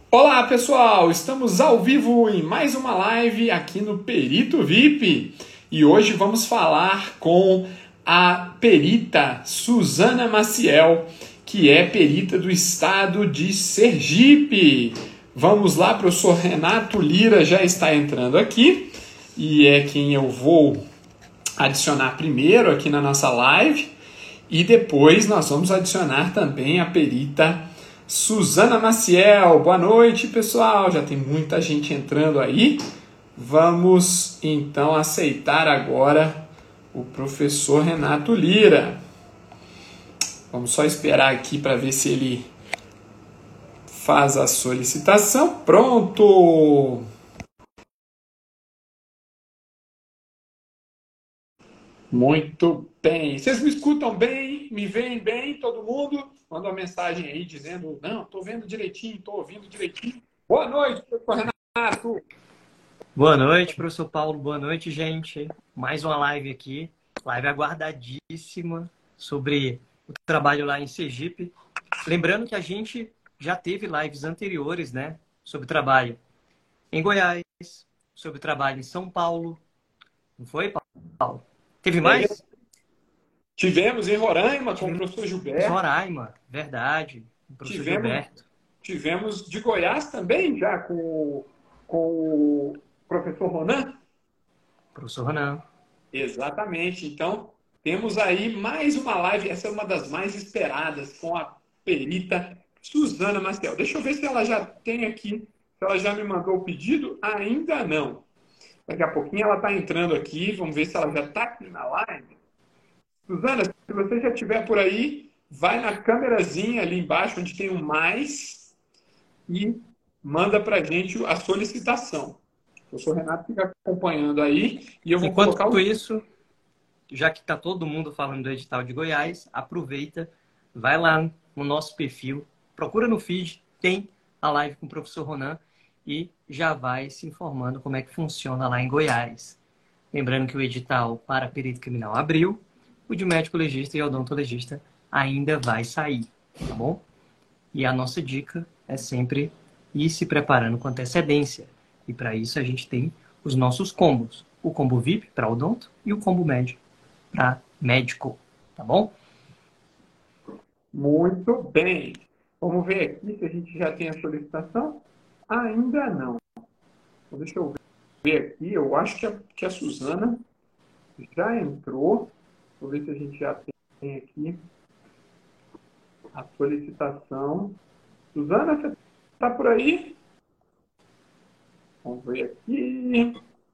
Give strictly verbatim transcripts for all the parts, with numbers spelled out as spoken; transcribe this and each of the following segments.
Olá pessoal, estamos ao vivo em mais uma live aqui no Perito V I P e hoje vamos falar com a perita Suzana Maciel, que é perita do estado de Sergipe. Vamos lá, professor Renato Lira já está entrando aqui e é quem eu vou adicionar primeiro aqui na nossa live e depois nós vamos adicionar também a perita Suzana Maciel. Boa noite, pessoal. Já tem muita gente entrando aí. Vamos, então, aceitar agora o professor Renato Lira. Vamos só esperar aqui para ver se ele faz a solicitação. Pronto! Muito bem. Vocês me escutam bem? Me veem bem? Todo mundo? Manda uma mensagem aí dizendo, não, estou vendo direitinho, estou ouvindo direitinho. Boa noite, professor Renato. Boa noite, professor Paulo. Boa noite, gente. Mais uma live aqui. Live aguardadíssima sobre o trabalho lá em Sergipe. Lembrando que a gente já teve lives anteriores, né? Sobre trabalho em Goiás, sobre trabalho em São Paulo. Não foi, Paulo? Teve mais? É. Tivemos em Roraima com o professor Gilberto. Roraima, verdade. O professor tivemos, Gilberto. Tivemos de Goiás também, já com, com o professor Ronan. Professor Ronan. Exatamente. Então, temos aí mais uma live. Essa é uma das mais esperadas com a perita Suzana Maciel. Deixa eu ver se ela já tem aqui, se ela já me mandou o pedido. Ainda não. Daqui a pouquinho ela está entrando aqui. Vamos ver se ela já está aqui na live. Suzana, se você já estiver por aí, vai na câmerazinha ali embaixo, onde tem um mais, e manda para a gente a solicitação. O professor Renato fica acompanhando aí, e eu vou Enquanto colocar o... isso, já que está todo mundo falando do edital de Goiás, aproveita, vai lá no nosso perfil, procura no feed, tem a live com o professor Ronan, e já vai se informando como é que funciona lá em Goiás. Lembrando que o edital para perito criminal abriu, o de médico legista e odontologista ainda vai sair, tá bom? E a nossa dica é sempre ir se preparando com antecedência. E para isso a gente tem os nossos combos. O combo V I P para odonto e o combo médio para médico, tá bom? Muito bem. Vamos ver aqui se a gente já tem a solicitação. Ainda não. Então, deixa eu ver aqui. Eu acho que a, que a Suzana já entrou. Vou ver se a gente já tem aqui a solicitação. Suzana, você está por aí? Vamos ver aqui.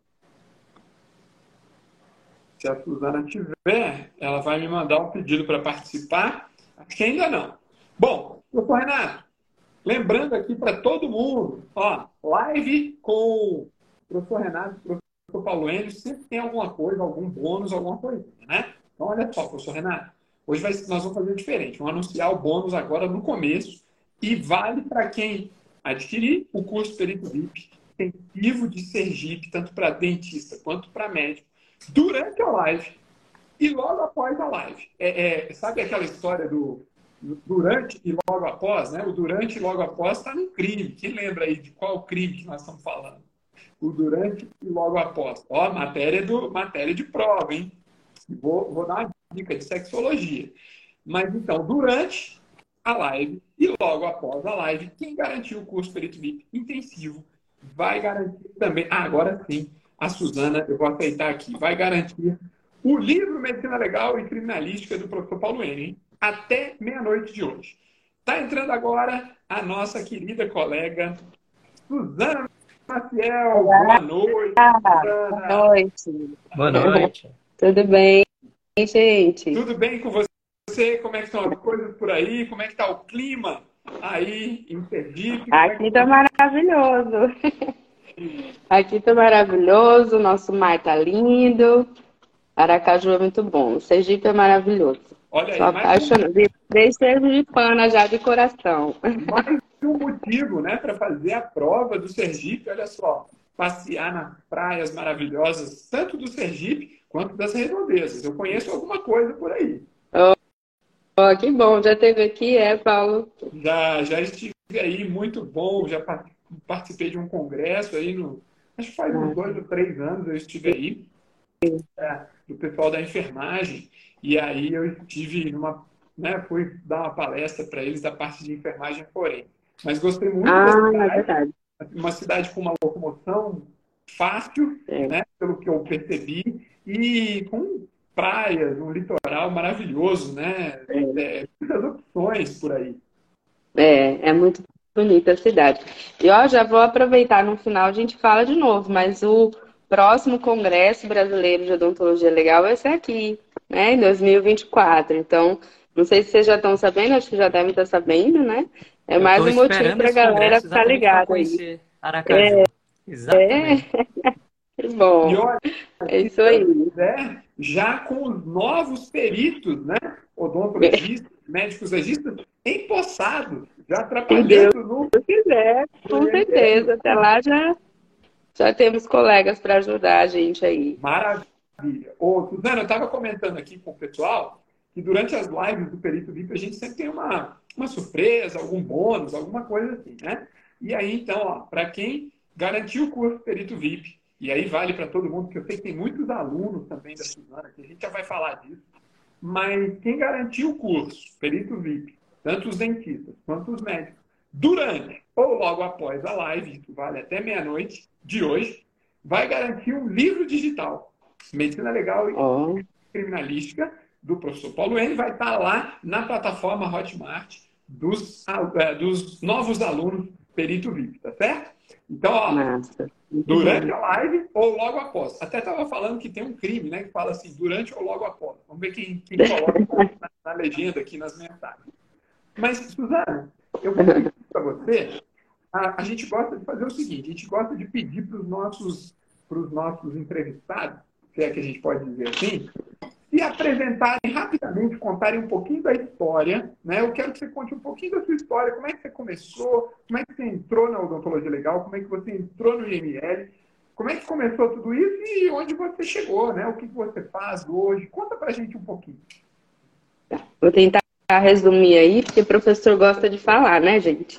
Se a Suzana tiver, ela vai me mandar um pedido para participar. Acho que ainda não. Bom, doutor Renato, lembrando aqui para todo mundo, ó, live com o professor Renato e o professor Paulo Enio, sempre tem alguma coisa, algum bônus, alguma coisa, né? Então, olha só, professor Renato, hoje vai, nós vamos fazer diferente. Vamos anunciar o bônus agora no começo e vale para quem adquirir o curso Perito V I P intensivo de Sergipe, tanto para dentista quanto para médico, durante a live e logo após a live. É, é, sabe aquela história do durante e logo após, né? O durante e logo após está no crime. Quem lembra aí de qual crime que nós estamos falando? O durante e logo após. Ó, matéria, do, matéria de prova, hein? Vou, vou dar uma dica de sexologia. Mas, então, durante a live e logo após a live, quem garantiu o curso Perito V I P intensivo vai garantir também... Ah, agora sim, a Suzana, eu vou aceitar aqui, vai garantir o livro Medicina Legal e Criminalística do professor Paulo Enio, hein? Até meia-noite de hoje. Está entrando agora a nossa querida colega Suzana Maciel. Boa noite. Boa noite. Boa noite. Tudo bem, gente? Tudo bem com você? Como é que estão as coisas por aí? Como é que está o clima aí em Sergipe? Aqui está maravilhoso. Aqui está maravilhoso. Nosso mar está lindo. Aracaju é muito bom. Sergipe é maravilhoso. Olha aí, Sou apaixonada. Virei sergipana já de coração. Mais um motivo, né, para fazer a prova do Sergipe. Olha só, passear nas praias maravilhosas, tanto do Sergipe quanto das redondezas. Eu conheço alguma coisa por aí. Oh, oh, que bom. Já esteve aqui, é, Paulo? Já, já estive estive aí, muito bom. Já participei de um congresso aí, no, acho que faz uns dois ou três anos eu estive aí, é, do pessoal da enfermagem. E aí eu estive numa, né, fui dar uma palestra para eles da parte de enfermagem forense. Mas gostei muito Ah, da é cidade, verdade. uma cidade com uma locomoção fácil, É. né, pelo que eu percebi, e com praias, um litoral maravilhoso, né? É, muitas opções por aí. É, é muito bonita a cidade. E ó, já vou aproveitar no final, a gente fala de novo, mas o próximo Congresso Brasileiro de Odontologia Legal vai ser aqui, né, em dois mil e vinte e quatro. Então, não sei se vocês já estão sabendo, acho que já devem estar sabendo, né? É Eu mais estou um motivo esperando para a esse galera congresso ficar exatamente para ligada aí. conhecer Aracaju. É, Exatamente. que E bom. olha, É se isso aí. Deus quiser, já com os novos peritos, né? Odontologistas, médicos legistas, empossados, já Se Deus trabalhando no, quiser, no com I M L. certeza. Até lá já, já temos colegas para ajudar a gente aí. Maravilha. Ô, Suzana, eu estava comentando aqui com o pessoal que durante as lives do Perito V I P a gente sempre tem uma, uma surpresa, algum bônus, alguma coisa assim, né? E aí, então, para quem garantiu o curso Perito V I P, e aí vale para todo mundo, porque eu sei que tem muitos alunos também da Suzana, que a gente já vai falar disso, mas quem garantiu o curso Perito V I P, tanto os dentistas quanto os médicos, durante ou logo após a live, que vale até meia-noite de hoje, vai garantir um livro digital. Medicina Legal e Ó, Criminalística, do professor Paulo N. vai estar lá na plataforma Hotmart dos, eh, dos novos alunos Perito V I P, tá certo? Então, ó, massa. Muito durante bom. a live ou logo após. Até estava falando que tem um crime, né? Que fala assim, durante ou logo após. Vamos ver quem, quem coloca na, na legenda aqui nas mensagens. Mas, Suzana, eu vou pedir para você. A, a gente gosta de fazer o seguinte: a gente gosta de pedir para os nossos, pros nossos entrevistados, se é que a gente pode dizer assim, se apresentarem rapidamente, contarem um pouquinho da história, né? Eu quero que você conte um pouquinho da sua história, como é que você começou, como é que você entrou na odontologia legal, como é que você entrou no I M L, como é que começou tudo isso e onde você chegou, né? O que você faz hoje? Conta pra gente um pouquinho. Vou tentar resumir aí, porque o professor gosta de falar, né, gente?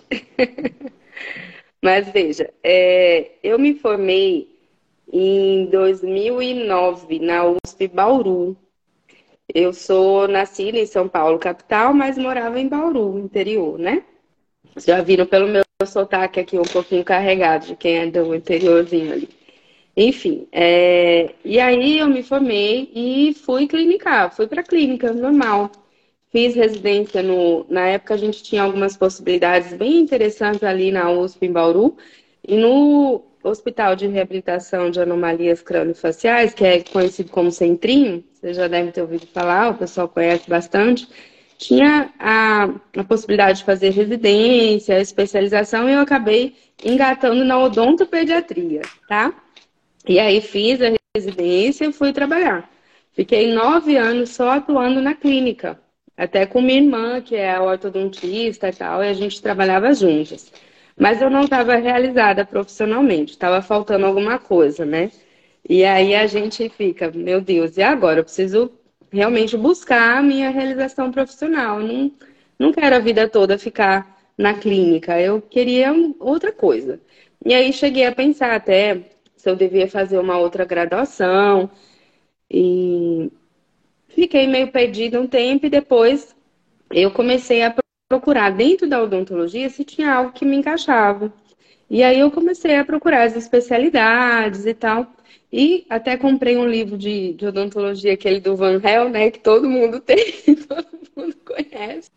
Mas veja, é, eu me formei em dois mil e nove na U S P Bauru. Eu sou nascida em São Paulo, capital, mas morava em Bauru, interior, né? Já viram pelo meu sotaque aqui um pouquinho carregado de quem é do interiorzinho ali. Enfim, é, e aí eu me formei e fui clinicar, fui para clínica normal. Fiz residência no. Na época a gente tinha algumas possibilidades bem interessantes ali na U S P em Bauru. E no Hospital de Reabilitação de Anomalias Crâniofaciais, que é conhecido como Centrinho, você já deve ter ouvido falar, o pessoal conhece bastante, tinha a, a possibilidade de fazer residência, especialização, e eu acabei engatando na odontopediatria, tá? E aí fiz a residência e fui trabalhar. Fiquei nove anos só atuando na clínica, até com minha irmã, que é ortodontista e tal, e a gente trabalhava juntas. Mas eu não estava realizada profissionalmente, estava faltando alguma coisa, né? E aí a gente fica, meu Deus, e agora? Eu preciso realmente buscar a minha realização profissional. Eu não, não quero a vida toda ficar na clínica, eu queria outra coisa. E aí cheguei a pensar até se eu devia fazer uma outra graduação, e fiquei meio perdida um tempo e depois eu comecei a procurar dentro da odontologia se tinha algo que me encaixava. E aí eu comecei a procurar as especialidades e tal. E até comprei um livro de, de odontologia, aquele do Van Hel, né? Que todo mundo tem, todo mundo conhece.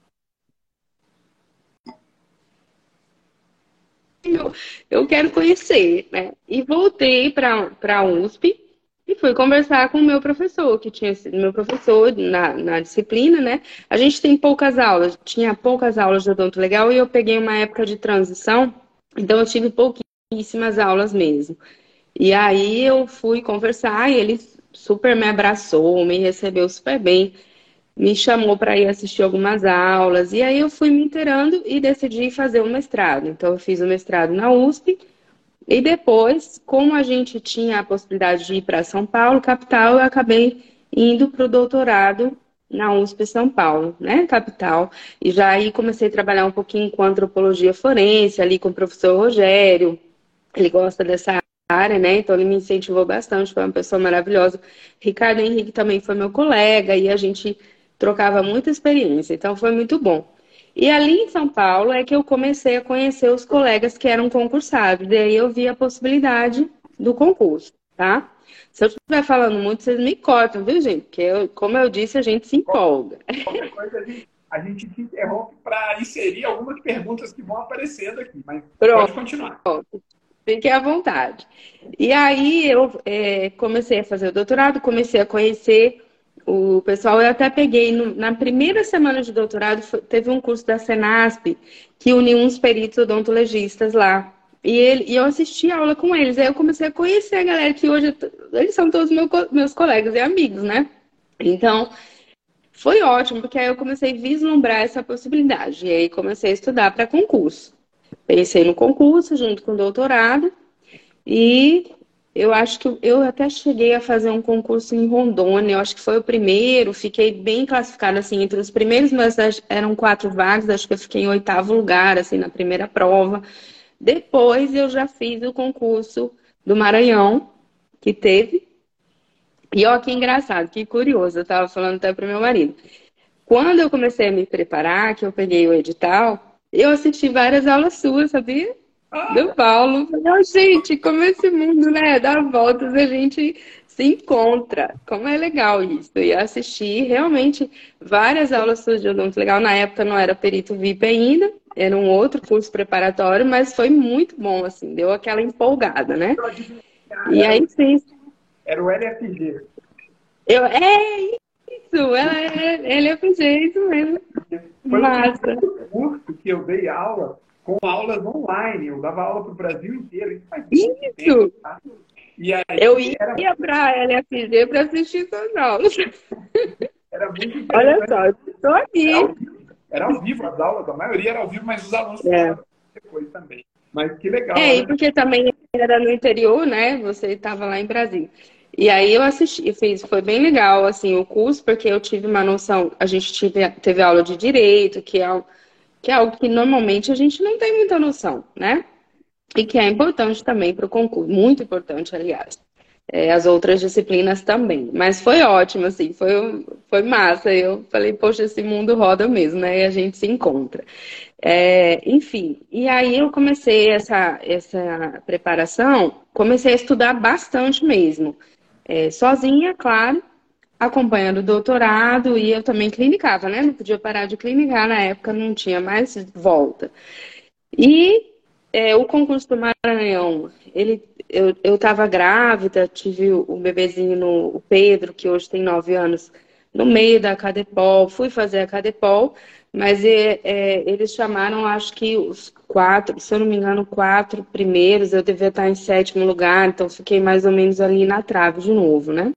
Eu, eu quero conhecer, né? E voltei para a U S P e fui conversar com o meu professor, que tinha sido meu professor na, na disciplina, né? A gente tem poucas aulas, tinha poucas aulas de odonto legal e eu peguei uma época de transição, então eu tive pouquíssimas aulas mesmo. E aí eu fui conversar e ele super me abraçou, me recebeu super bem, me chamou para ir assistir algumas aulas. E aí eu fui me inteirando e decidi fazer o mestrado. Então eu fiz o mestrado na U S P e depois, como a gente tinha a possibilidade de ir para São Paulo, capital, eu acabei indo para o doutorado na U S P São Paulo, né, capital. E já aí comecei a trabalhar um pouquinho com antropologia forense, ali com o professor Rogério. Ele gosta dessa área, né? Então ele me incentivou bastante, foi uma pessoa maravilhosa. Ricardo Henrique também foi meu colega e a gente trocava muita experiência, então foi muito bom. E ali em São Paulo é que eu comecei a conhecer os colegas que eram concursados, e aí eu vi a possibilidade do concurso, tá? Se eu estiver falando muito, vocês me cortam, viu, gente? Porque, eu, como eu disse, a gente se empolga. Qualquer coisa a gente, a gente te interrompe para inserir algumas perguntas que vão aparecendo aqui, mas Pronto. pode continuar. Fique à vontade. E aí eu é, comecei a fazer o doutorado, comecei a conhecer o pessoal. Eu até peguei, no, na primeira semana de doutorado, foi, teve um curso da Senasp que uniu uns peritos odontologistas lá. E, ele, e eu assisti a aula com eles. Aí eu comecei a conhecer a galera que hoje, eles são todos meu, meus colegas e amigos, né? Então, foi ótimo, porque aí eu comecei a vislumbrar essa possibilidade. E aí comecei a estudar para concurso. Pensei no concurso junto com o doutorado e eu acho que eu até cheguei a fazer um concurso em Rondônia, eu acho que foi o primeiro, fiquei bem classificada assim, entre os primeiros, mas eram quatro vagas, acho que eu fiquei em oitavo lugar, assim, na primeira prova. Depois eu já fiz o concurso do Maranhão, que teve, e ó, que engraçado, que curioso, eu estava falando até para o meu marido. Quando eu comecei a me preparar, que eu peguei o edital, eu assisti várias aulas suas, sabia? Do Paulo. Falei, gente, como esse mundo, né, dá voltas, a gente se encontra. Como é legal isso. E eu assisti realmente várias aulas suas de odonto legal. Na época não era perito V I P ainda, era um outro curso preparatório, mas foi muito bom, assim, deu aquela empolgada, né? E aí fiz. Era o L F G. Eu, é isso, ela é L F G, isso mesmo. Foi Massa. o curso que eu dei aula com aulas online. Eu dava aula para o Brasil inteiro. Isso faz Isso. muito tempo, tá? E aí, Eu ia era... para a L F G para assistir suas aulas. Era muito interessante. Olha só, estou aqui. Era ao vivo, era ao vivo as aulas, a maioria era ao vivo, mas os alunos É. depois também. Mas que legal. É, né? e porque também era no interior, né? Você estava lá em Brasília. E aí eu assisti, eu fiz, foi bem legal, assim, o curso, porque eu tive uma noção, a gente tive, teve aula de direito, que é, que é algo que normalmente a gente não tem muita noção, né? E que é importante também para o concurso, muito importante, aliás. É, as outras disciplinas também. Mas foi ótimo, assim, foi, foi massa. Eu falei, poxa, esse mundo roda mesmo, né? E a gente se encontra. É, enfim, e aí eu comecei essa, essa preparação, comecei a estudar bastante mesmo. É, sozinha, claro, acompanhando o doutorado, e eu também clinicava, né? Não podia parar de clinicar, na época não tinha mais volta. E é, o concurso do Maranhão, ele, eu estava grávida, tive o, o bebezinho, no, o Pedro, que hoje tem nove anos, no meio da Cadepol, fui fazer a Cadepol, mas é, é, eles chamaram, acho que os quatro, se eu não me engano, quatro primeiros, eu devia estar em sétimo lugar, então fiquei mais ou menos ali na trave de novo, né?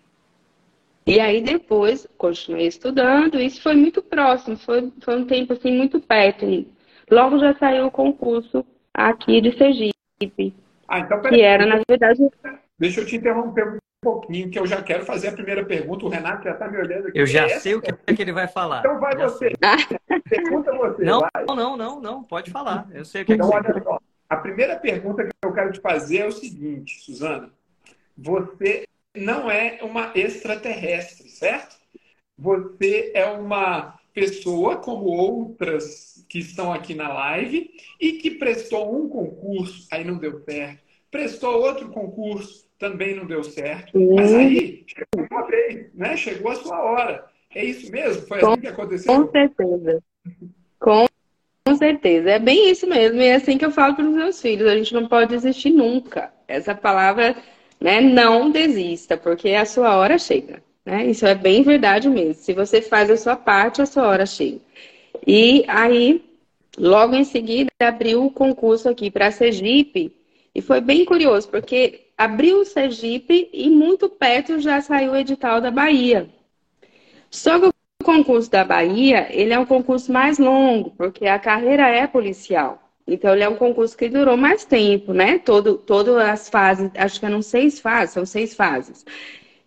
E aí depois continuei estudando, isso foi muito próximo, foi, foi um tempo assim muito perto. Logo já saiu o concurso aqui de Sergipe, Ah, então, que era, na verdade... Deixa eu te interromper um pouquinho, que eu já quero fazer a primeira pergunta. O Renato já está me olhando aqui. Eu já Essa... sei o que, é que ele vai falar. Então vai já você. Sei. Pergunta você. Não, vai. não, não, não. Pode falar. Eu sei o que então, é que olha só. A primeira pergunta que eu quero te fazer é o seguinte, Suzana. Você não é uma extraterrestre, certo? Você é uma pessoa como outras que estão aqui na live e que prestou um concurso, aí não deu certo. Prestou outro concurso, também não deu certo. Uhum. Mas aí, chegou uma vez, né? Chegou a sua hora. É isso mesmo? Foi Com, assim que aconteceu? Com certeza. Com, com certeza. É bem isso mesmo. E é assim que eu falo para os meus filhos. A gente não pode desistir nunca. Essa palavra, né? Não desista, porque a sua hora chega. Né? Isso é bem verdade mesmo. Se você faz a sua parte, a sua hora chega. E aí, logo em seguida, abriu o concurso aqui para Sergipe. E foi bem curioso, porque abriu o Sergipe e muito perto já saiu o edital da Bahia. Só que o concurso da Bahia, ele é um concurso mais longo, porque a carreira é policial. Então, ele é um concurso que durou mais tempo, né? Todo, todas as fases, acho que eram seis fases, são seis fases.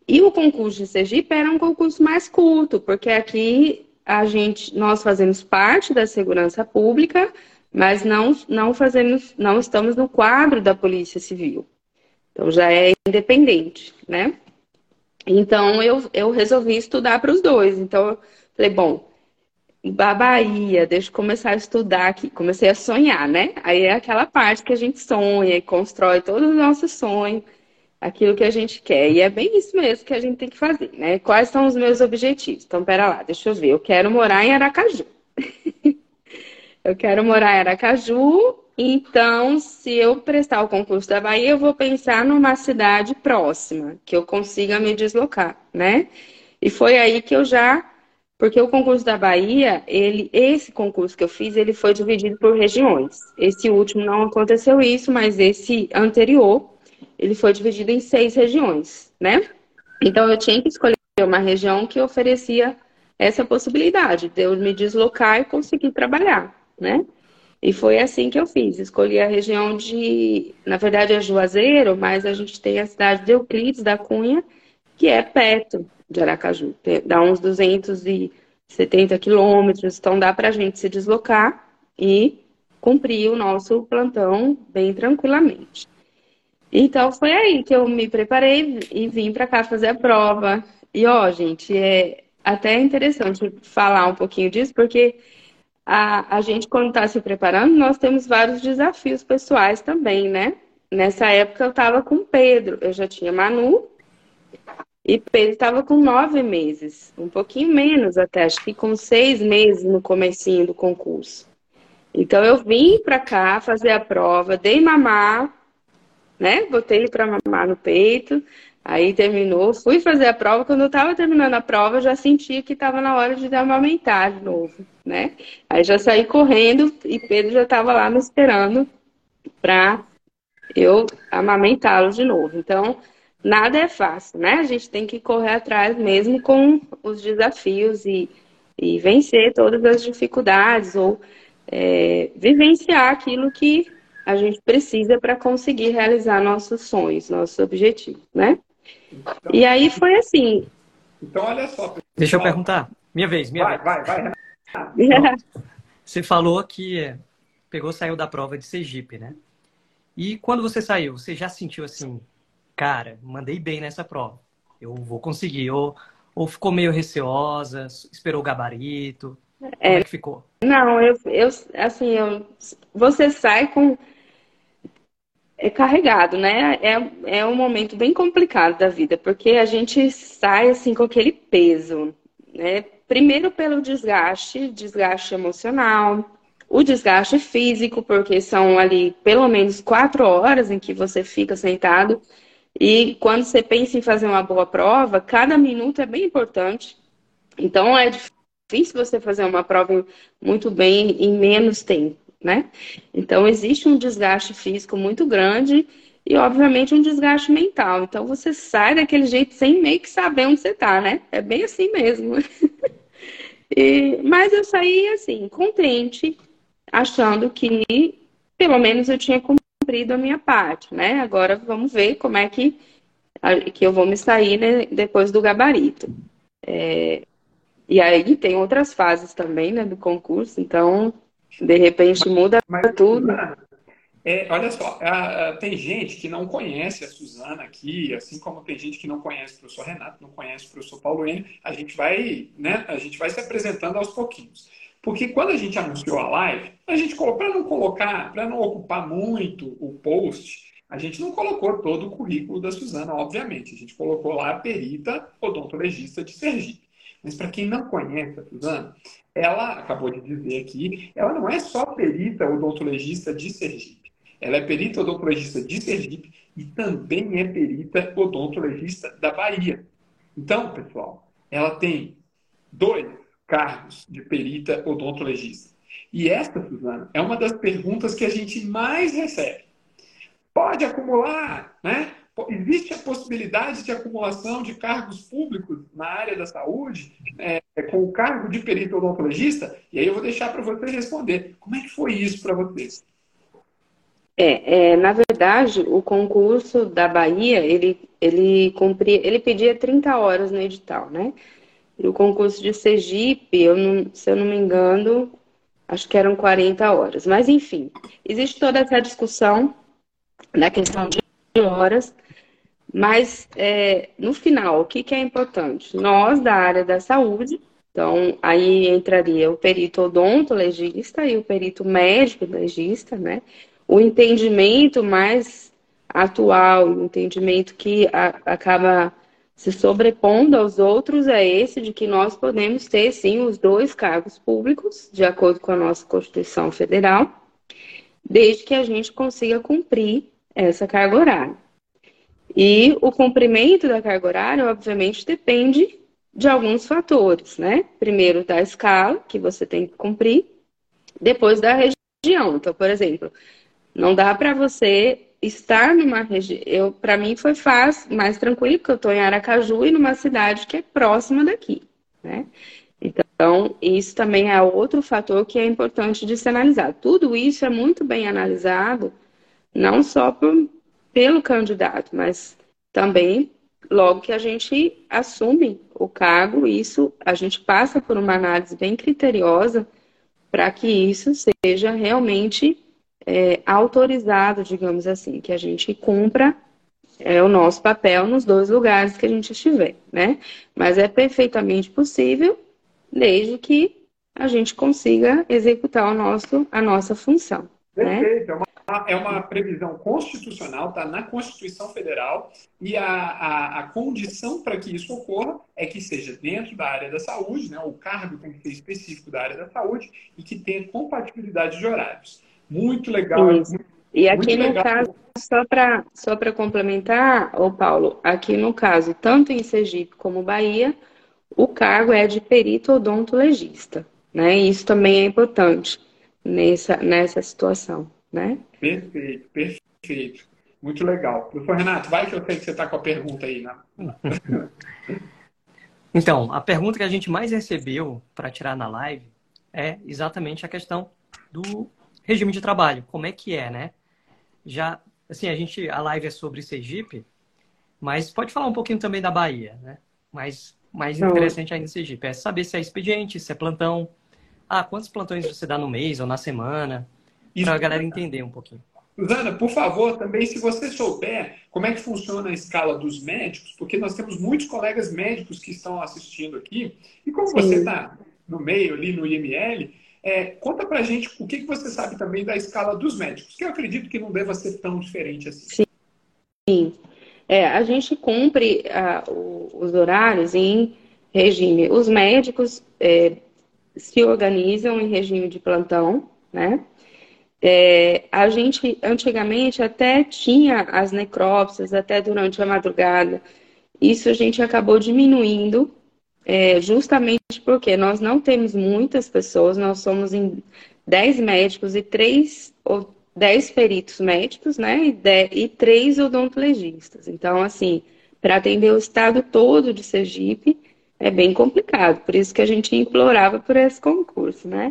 E o concurso de Sergipe era um concurso mais curto, porque aqui a gente, nós fazemos parte da segurança pública, mas não, não fazemos, não estamos no quadro da Polícia Civil. Então já é independente, né? Então eu, eu resolvi estudar para os dois. Então eu falei, bom, da Bahia, deixa eu começar a estudar aqui. Comecei a sonhar, né? Aí é aquela parte que a gente sonha e constrói todos os nossos sonhos, aquilo que a gente quer. E é bem isso mesmo que a gente tem que fazer, né? Quais são os meus objetivos? Então, pera lá, deixa eu ver. Eu quero morar em Aracaju. Eu quero morar em Aracaju, então, se eu prestar o concurso da Bahia, eu vou pensar numa cidade próxima, que eu consiga me deslocar, né? E foi aí que eu já... Porque o concurso da Bahia, ele, esse concurso que eu fiz, ele foi dividido por regiões. Esse último não aconteceu isso, mas esse anterior, ele foi dividido em seis regiões, né? Então, eu tinha que escolher uma região que oferecia essa possibilidade de eu me deslocar e conseguir trabalhar, né? E foi assim que eu fiz. Escolhi a região de... Na verdade, é Juazeiro, mas a gente tem a cidade de Euclides da Cunha, que é perto de Aracaju. Dá uns duzentos e setenta quilômetros, então dá para a gente se deslocar e cumprir o nosso plantão bem tranquilamente. Então foi aí que eu me preparei e vim para cá fazer a prova. E ó, gente, é até interessante falar um pouquinho disso, porque a, a gente, quando está se preparando, nós temos vários desafios pessoais também, né? Nessa época eu estava com o Pedro, eu já tinha Manu, e Pedro estava com nove meses, um pouquinho menos até, acho que com seis meses no comecinho do concurso. Então eu vim para cá fazer a prova, dei mamar, né? Botei ele para mamar no peito, aí terminou, fui fazer a prova. Quando eu estava terminando a prova, eu já sentia que estava na hora de amamentar de novo, né? Aí já saí correndo e Pedro já estava lá me esperando para eu amamentá-lo de novo. Então, nada é fácil, né? A gente tem que correr atrás mesmo com os desafios e, e vencer todas as dificuldades ou é, vivenciar aquilo que a gente precisa para conseguir realizar nossos sonhos, nossos objetivos, né? Então, E aí foi assim. então olha só. Pessoal. Deixa eu perguntar. Minha vez, minha vai, vez. Vai, vai, vai. Você falou que pegou, saiu da prova de Sergipe, né? E quando você saiu, você já sentiu assim, cara, mandei bem nessa prova, eu vou conseguir? Ou, ou ficou meio receosa, esperou o gabarito? Como é, é que ficou? Não, eu, eu assim, eu, você sai com... É carregado, né? É, é um momento bem complicado da vida, porque a gente sai assim com aquele peso, né? Primeiro pelo desgaste, desgaste emocional, o desgaste físico, porque são ali pelo menos quatro horas em que você fica sentado. E quando você pensa em fazer uma boa prova, cada minuto é bem importante. Então é difícil você fazer uma prova muito bem em menos tempo, né? Então existe um desgaste físico muito grande e, obviamente, um desgaste mental. Então você sai daquele jeito sem meio que saber onde você tá, né? É bem assim mesmo. e, mas eu saí assim, contente, achando que pelo menos eu tinha cumprido a minha parte, né? Agora vamos ver como é que, que eu vou me sair, né, depois do gabarito. É, e aí tem outras fases também, né, do concurso, então de repente muda mas, tudo. É, olha só, a, a, tem gente que não conhece a Suzana aqui, assim como tem gente que não conhece o professor Renato, não conhece o professor Paulo Enio, a gente vai, né, a gente vai se apresentando aos pouquinhos. Porque quando a gente anunciou a live, a gente colocou, para não colocar, para não ocupar muito o post, a gente não colocou todo o currículo da Suzana, obviamente. A gente colocou lá a perita odontologista de Sergipe. Mas para quem não conhece a Suzana, ela acabou de dizer aqui, ela não é só perita odontologista de Sergipe. Ela é perita odontologista de Sergipe e também é perita odontologista da Bahia. Então, pessoal, ela tem dois cargos de perita odontologista. E esta, Suzana, é uma das perguntas que a gente mais recebe. Pode acumular, né? Existe a possibilidade de acumulação de cargos públicos na área da saúde, é, com o cargo de perito odontologista? E aí eu vou deixar para você responder. Como é que foi isso para vocês? É, é, na verdade, o concurso da Bahia, ele ele cumpria, ele pedia trinta horas no edital, né? E o concurso de Sergipe, eu não, se eu não me engano, acho que eram quarenta horas. Mas, enfim, existe toda essa discussão na questão de horas, mas é, no final, o que, que é importante? Nós, da área da saúde, então aí entraria o perito odontologista e o perito médico legista, né? O entendimento mais atual, o entendimento que a, acaba se sobrepondo aos outros é esse de que nós podemos ter, sim, os dois cargos públicos, de acordo com a nossa Constituição Federal, desde que a gente consiga cumprir essa carga horária. E o cumprimento da carga horária, obviamente, depende de alguns fatores, né? Primeiro, da escala que você tem que cumprir, depois da região. Então, por exemplo, não dá para você estar numa região... Para mim foi fácil, mais tranquilo, porque eu estou em Aracaju e numa cidade que é próxima daqui, né? Então, isso também é outro fator que é importante de se analisar. Tudo isso é muito bem analisado, não só por, pelo candidato, mas também logo que a gente assume o cargo, isso a gente passa por uma análise bem criteriosa para que isso seja realmente é, autorizado, digamos assim, que a gente cumpra é, o nosso papel nos dois lugares que a gente estiver, né? Mas é perfeitamente possível, desde que a gente consiga executar o nosso, a nossa função. Perfeito, né? é uma, é uma previsão constitucional, está na Constituição Federal, e a, a, a condição para que isso ocorra é que seja dentro da área da saúde, né? O cargo tem que ser específico da área da saúde e que tenha compatibilidade de horários. Muito legal. Isso. E aqui muito no legal. caso, só para só para complementar, ô Paulo, aqui no caso, tanto em Sergipe como Bahia, o cargo é de perito odontologista, né? E isso também é importante nessa, nessa situação, né? Perfeito, perfeito. Muito legal. Doutor Renato, vai que eu sei que você está com a pergunta aí, né? Então, a pergunta que a gente mais recebeu para tirar na live é exatamente a questão do regime de trabalho. Como é que é, né? Já, assim, a gente, a live é sobre Sergipe, mas pode falar um pouquinho também da Bahia, né? Mas mais interessante ainda em Sergipe é saber se é expediente, se é plantão. Ah, quantos plantões você dá no mês ou na semana? Para a galera entender um pouquinho. Suzana, por favor, também, se você souber como é que funciona a escala dos médicos, porque nós temos muitos colegas médicos que estão assistindo aqui, e como Sim. você está no meio ali no I M L, é, conta pra gente o que, que você sabe também da escala dos médicos, que eu acredito que não deva ser tão diferente assim. Sim. É, a gente cumpre uh, o, os horários em regime. Os médicos é, se organizam em regime de plantão, né? É, a gente, antigamente, até tinha as necrópsias, até durante a madrugada. Isso a gente acabou diminuindo, é, justamente porque nós não temos muitas pessoas, nós somos em dez médicos e três ou dez peritos médicos, né? E, dez, e três odontologistas. Então, assim, para atender o estado todo de Sergipe, é bem complicado. Por isso que a gente implorava por esse concurso, né?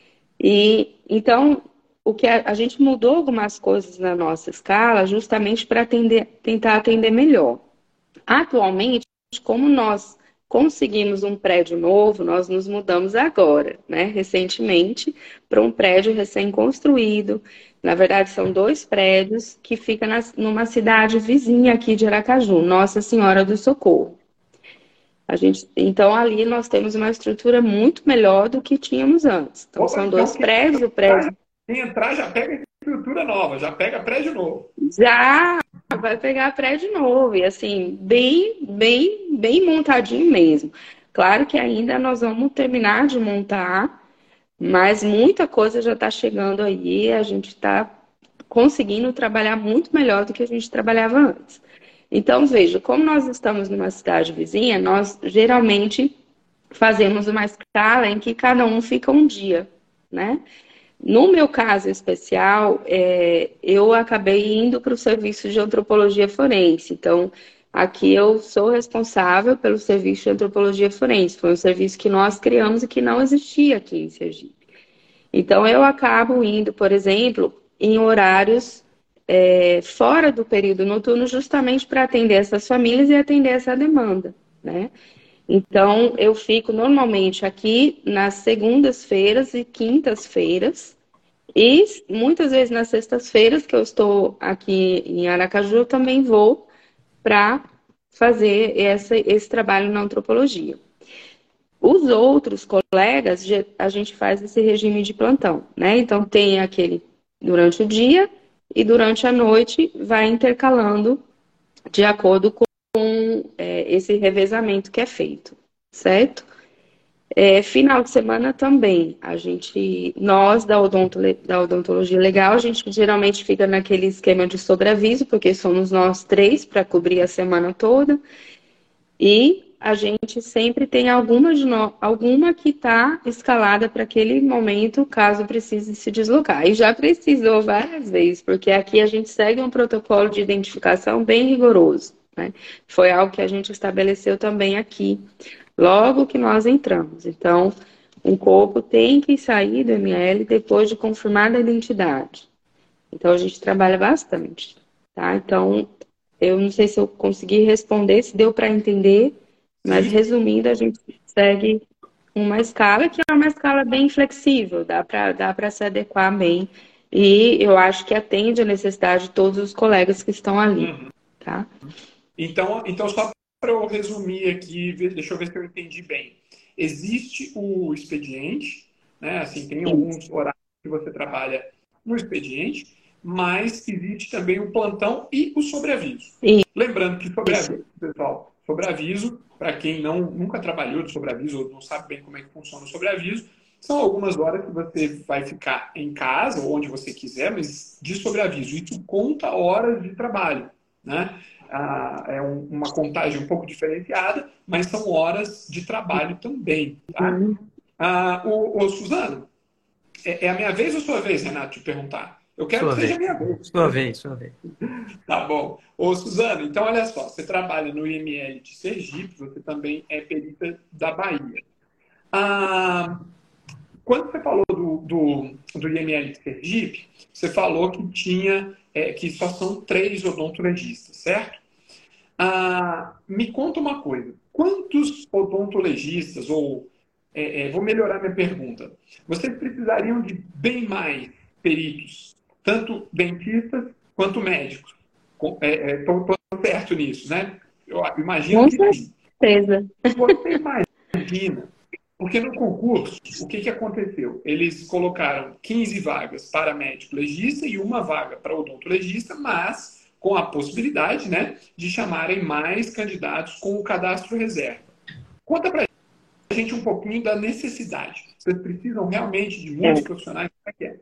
E, então, o que a, a gente mudou algumas coisas na nossa escala justamente para atender, tentar atender melhor. Atualmente, como nós conseguimos um prédio novo, nós nos mudamos agora, né, recentemente, para um prédio recém-construído. Na verdade, são dois prédios que ficam nas, numa cidade vizinha aqui de Aracaju, Nossa Senhora do Socorro. A gente, então, ali nós temos uma estrutura muito melhor do que tínhamos antes. Então, são dois prédios, o prédio... Quem entrar já pega estrutura nova, já pega prédio novo. Já vai pegar prédio novo, e assim, bem, bem, bem montadinho mesmo. Claro que ainda nós vamos terminar de montar, mas muita coisa já está chegando aí, a gente está conseguindo trabalhar muito melhor do que a gente trabalhava antes. Então, veja, como nós estamos numa cidade vizinha, nós geralmente fazemos uma escala em que cada um fica um dia, né? No meu caso especial, é, eu acabei indo para o serviço de antropologia forense. Então, aqui eu sou responsável pelo serviço de antropologia forense. Foi um serviço que nós criamos e que não existia aqui em Sergipe. Então, eu acabo indo, por exemplo, em horários é, fora do período noturno, justamente para atender essas famílias e atender essa demanda, né? Então, eu fico normalmente aqui nas segundas-feiras e quintas-feiras, e muitas vezes nas sextas-feiras, que eu estou aqui em Aracaju, eu também vou para fazer essa, esse trabalho na antropologia. Os outros colegas, a gente faz esse regime de plantão, né? Então, tem aquele durante o dia e durante a noite vai intercalando de acordo com é, esse revezamento que é feito, certo? É, final de semana também, a gente, nós da, odonto, da odontologia legal, a gente geralmente fica naquele esquema de sobreaviso, porque somos nós três para cobrir a semana toda, e a gente sempre tem alguma, de no... alguma que está escalada para aquele momento, caso precise se deslocar. E já precisou várias vezes, porque aqui a gente segue um protocolo de identificação bem rigoroso, né? Foi algo que a gente estabeleceu também aqui, logo que nós entramos. Então, um corpo tem que sair do M L depois de confirmada a identidade. Então, a gente trabalha bastante, tá? Então, eu não sei se eu consegui responder, se deu para entender, mas resumindo, a gente segue uma escala que é uma escala bem flexível, dá para dá para se adequar bem. E eu acho que atende a necessidade de todos os colegas que estão ali, Uhum. tá? Então, então só para eu resumir aqui, deixa eu ver se eu entendi bem. Existe o expediente, né? Assim, tem alguns horários que você trabalha no expediente, mas existe também o plantão e o sobreaviso. Isso. Lembrando que sobreaviso, pessoal, sobreaviso, para quem não, nunca trabalhou de sobreaviso ou não sabe bem como é que funciona o sobreaviso, são algumas horas que você vai ficar em casa ou onde você quiser, mas de sobreaviso. Isso conta horas de trabalho, né? Ah, é um, uma contagem um pouco diferenciada, mas são horas de trabalho também, tá? Uhum. Ah, o, o Suzano, é, é a minha vez ou sua vez, Renato, de perguntar? Eu quero Sua que seja a vez. minha vez. Sua vez, sua vez. Tá bom. Ô, Suzano, então olha só, você trabalha no I M L de Sergipe, você também é perita da Bahia. Ah, quando você falou do, do, do I M L de Sergipe, você falou que tinha, é, que só são três odontologistas, certo? Ah, me conta uma coisa. Quantos odontologistas, ou é, é, vou melhorar minha pergunta, vocês precisariam de bem mais peritos, tanto dentistas quanto médicos? Estou é, certo nisso, né? Eu imagino Com que sim. certeza. Você imagina, porque no concurso, o que, que aconteceu? Eles colocaram quinze vagas para médico legista e uma vaga para odontologista, mas com a possibilidade, né, de chamarem mais candidatos com o cadastro reserva. Conta para a gente um pouquinho da necessidade. Vocês precisam realmente de muitos é. profissionais? Como é que é?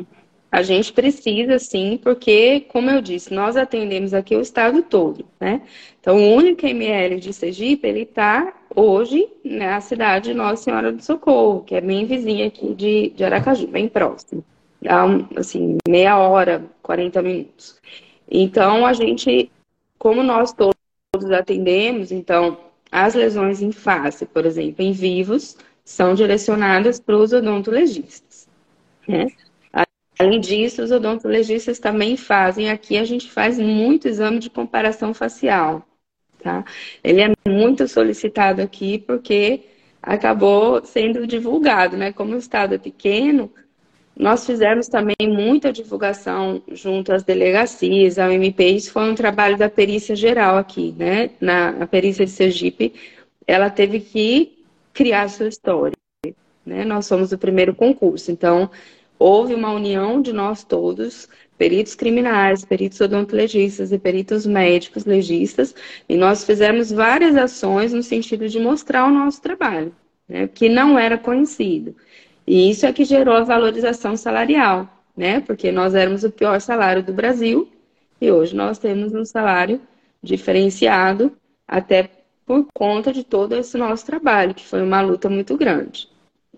A gente precisa, sim, porque, como eu disse, nós atendemos aqui o estado todo, né? Então, o único M L de Sergipe, ele está hoje na cidade de Nossa Senhora do Socorro, que é bem vizinha aqui de, de Aracaju, bem próximo. Dá, assim, meia hora, quarenta minutos. Então, a gente, como nós todos atendemos, então, as lesões em face, por exemplo, em vivos, são direcionadas para os odontologistas, né? Além disso, os odontologistas também fazem, aqui a gente faz muito exame de comparação facial, tá? Ele é muito solicitado aqui porque acabou sendo divulgado, né? Como o estado é pequeno, nós fizemos também muita divulgação junto às delegacias, ao M P, isso foi um trabalho da perícia geral aqui, né? Na a perícia de Sergipe, ela teve que criar sua história, né? Nós somos o primeiro concurso, então houve uma união de nós todos, peritos criminais, peritos odontologistas e peritos médicos legistas, e nós fizemos várias ações no sentido de mostrar o nosso trabalho, né? Que não era conhecido. E isso é que gerou a valorização salarial, né? Porque nós éramos o pior salário do Brasil e hoje nós temos um salário diferenciado, até por conta de todo esse nosso trabalho, que foi uma luta muito grande.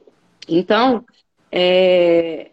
Então, é,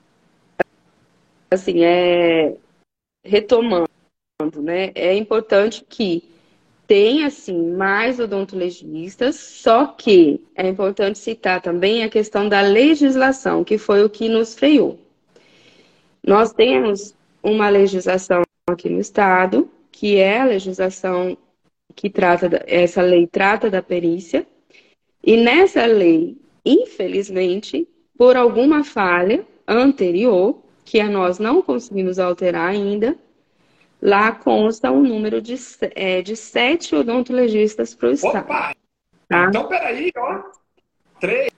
assim, é, retomando, né? É importante que tenha, assim, mais odontologistas, só que é importante citar também a questão da legislação, que foi o que nos freou. Nós temos uma legislação aqui no estado, que é a legislação que trata, da, essa lei trata da perícia, e nessa lei, infelizmente, por alguma falha anterior, que nós não conseguimos alterar ainda, lá consta um número de, é, de sete odontologistas para o estado. Opa! Tá? Então, peraí, ó. Três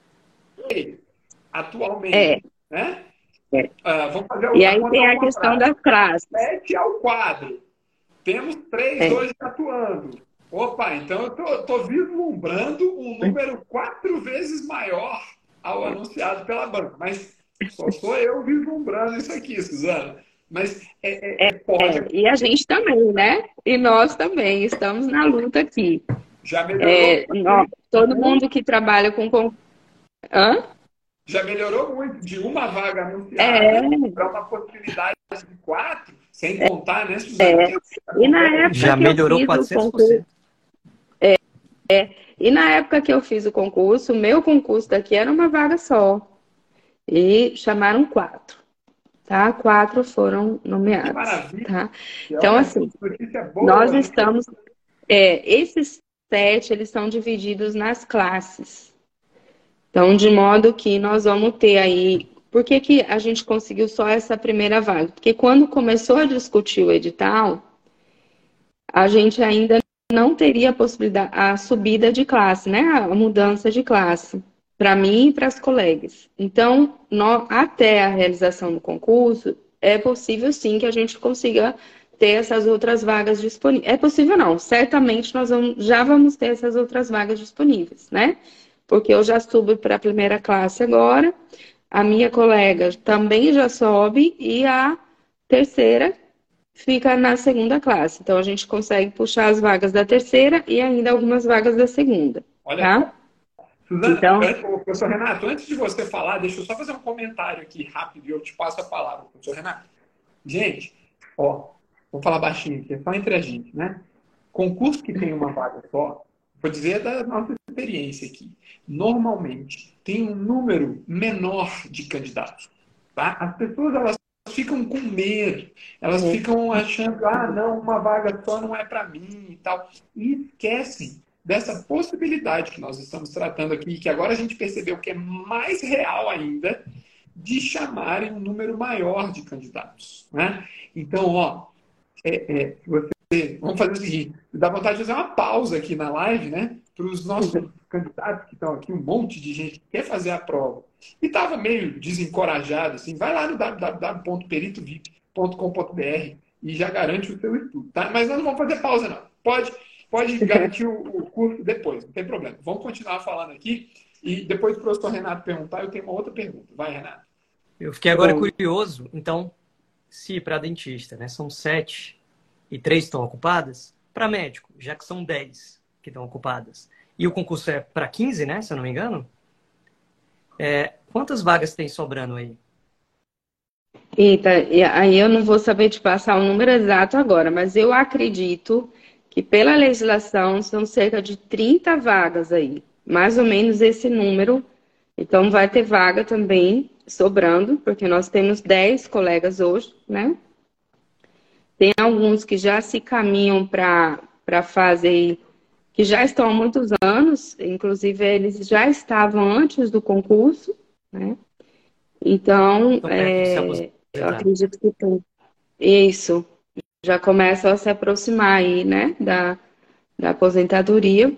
atualmente, É. né? É. Uh, vamos fazer E a aí conta tem ao a questão contrário. das classes. Sete ao quadro. Temos três É. hoje atuando. Opa, então eu estou vislumbrando um número quatro vezes maior ao anunciado pela banca. Mas só sou eu vislumbrando isso aqui, Suzana. Mas é, é, é, pode. É, e a gente também, né? E nós também estamos na luta aqui. Já melhorou? É, nós, todo mundo que trabalha com... Hã? Já melhorou muito de uma vaga anunciada É. para uma possibilidade de quatro, sem contar, né, Suzana? É. E na época Já que melhorou eu fiz quatrocentos o por cento. concurso, é, é, e na época que eu fiz o concurso, o meu concurso daqui era uma vaga só. E chamaram quatro. Tá? Quatro foram nomeados. Que maravilha. Tá? Então, assim, boa, nós né? estamos... É, esses sete, eles são divididos nas classes. Então, de modo que nós vamos ter aí... Por que que a gente conseguiu só essa primeira vaga? Porque quando começou a discutir o edital, a gente ainda não teria a possibilidade, a subida de classe, né? A mudança de classe, para mim e para as colegas. Então, nós, até a realização do concurso, é possível sim que a gente consiga ter essas outras vagas disponíveis. É possível não, certamente nós vamos, já vamos ter essas outras vagas disponíveis, né? Porque eu já subo para a primeira classe agora, a minha colega também já sobe e a terceira fica na segunda classe. Então, a gente consegue puxar as vagas da terceira e ainda algumas vagas da segunda. Olha tá? só. Suzana, Então, antes, professor Renato, antes de você falar, deixa eu só fazer um comentário aqui rápido e eu te passo a palavra, professor Renato. Gente, ó, vou falar baixinho aqui, é só entre a gente, né? Concurso que tem uma vaga só, vou dizer da nossa experiência aqui, normalmente tem um número menor de candidatos. Tá? As pessoas, elas ficam com medo, elas ficam achando, ah, não, uma vaga só não é para mim e tal, e esquecem dessa possibilidade que nós estamos tratando aqui, que agora a gente percebeu que é mais real ainda, de chamarem um número maior de candidatos. Né? Então, ó, é, é, você, vamos fazer o seguinte, dá vontade de fazer uma pausa aqui na live, né? Para os nossos candidatos que estão aqui, um monte de gente que quer fazer a prova e estava meio desencorajado, assim, vai lá no w w w ponto perito vip ponto com ponto b r e já garante o seu estudo, tá? Mas nós não vamos fazer pausa, não. Pode, pode garantir o, o curso depois, não tem problema. Vamos continuar falando aqui e depois do professor Renato perguntar, eu tenho uma outra pergunta. Vai, Renato. Eu fiquei agora curioso, então, se para dentista, né, são sete e três estão ocupadas, para médico, já que são dez que estão ocupadas, e o concurso é para quinze, né, se eu não me engano, é, quantas vagas tem sobrando aí? Eita, e aí eu não vou saber te passar o número exato agora, mas eu acredito que pela legislação são cerca de trinta vagas aí, mais ou menos esse número. Então vai ter vaga também sobrando, porque nós temos dez colegas hoje, né? Tem alguns que já se caminham para a fase aí, que já estão há muitos anos, inclusive eles já estavam antes do concurso, né? Então, Estão perto de se é, aposentar. eu acredito que tem. Isso, já começa a se aproximar aí, né, da, da aposentadoria.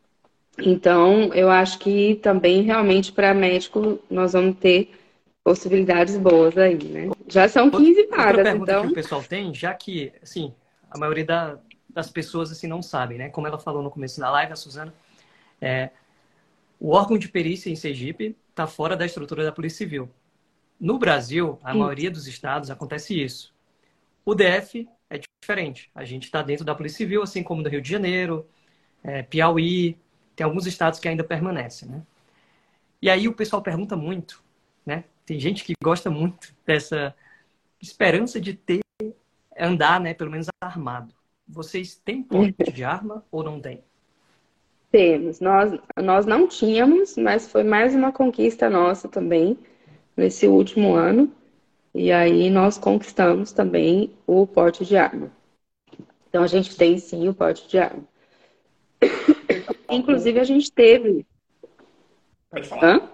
Então, eu acho que também, realmente, para médico, nós vamos ter possibilidades boas aí, né? Já são quinze Outra vagas, pergunta então... que o pessoal tem, já que, assim, a maioria da, das pessoas, assim, não sabem, né? Como ela falou no começo da live, a Suzana, é, o órgão de perícia em Sergipe está fora da estrutura da Polícia Civil. No Brasil, a maioria dos estados acontece isso. O D F é diferente. A gente está dentro da Polícia Civil, assim como do Rio de Janeiro, é, Piauí, tem alguns estados que ainda permanecem, né? E aí o pessoal pergunta muito, né? Tem gente que gosta muito dessa esperança de ter, andar, né, pelo menos armado. Vocês têm porte de arma ou não têm? Temos. Nós, nós não tínhamos, mas foi mais uma conquista nossa também, nesse último ano. E aí nós conquistamos também o porte de arma. Então a gente tem sim o porte de arma. Inclusive a gente teve. Pode falar. Hã?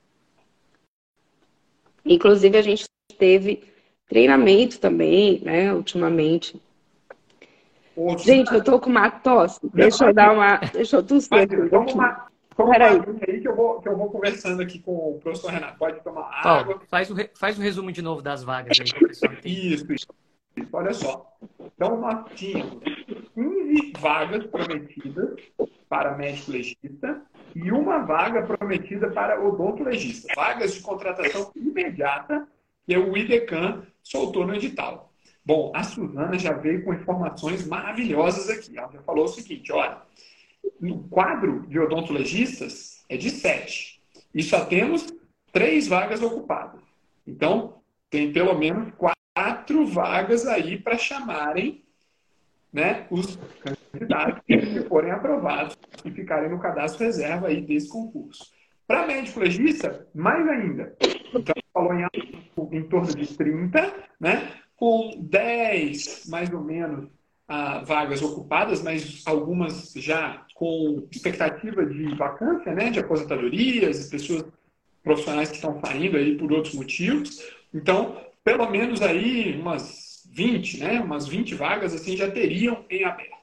Inclusive a gente teve treinamento também, né, ultimamente. Outros... Gente, eu tô com uma tosse. Deixa eu dar uma. Deixa eu tossir aqui um pouquinho. Toma uma aguinha aí que eu, vou, que eu vou conversando aqui com o professor Renato. Pode tomar água. Paulo, faz o, re... faz o resumo de novo das vagas aí, que o pessoal entende. Isso, isso. Olha só. Então, nós tínhamos quinze vagas prometidas para médico legista e uma vaga prometida para odontolegista. Vagas de contratação imediata que o IDECAN soltou no edital. Bom, a Suzana já veio com informações maravilhosas aqui. Ela já falou o seguinte, olha, no quadro de odontolegistas é de sete e só temos três vagas ocupadas. Então, tem pelo menos quatro vagas aí para chamarem, né, os candidatos que forem aprovados e ficarem no cadastro reserva aí desse concurso. Para médico legista, mais ainda. Então, falou em, em torno de trinta, né, com dez, mais ou menos, ah, vagas ocupadas, mas algumas já com expectativa de vacância, né, de aposentadorias, pessoas profissionais que estão saindo aí por outros motivos. Então, pelo menos aí umas vinte, né, umas vinte vagas assim já teriam em aberto.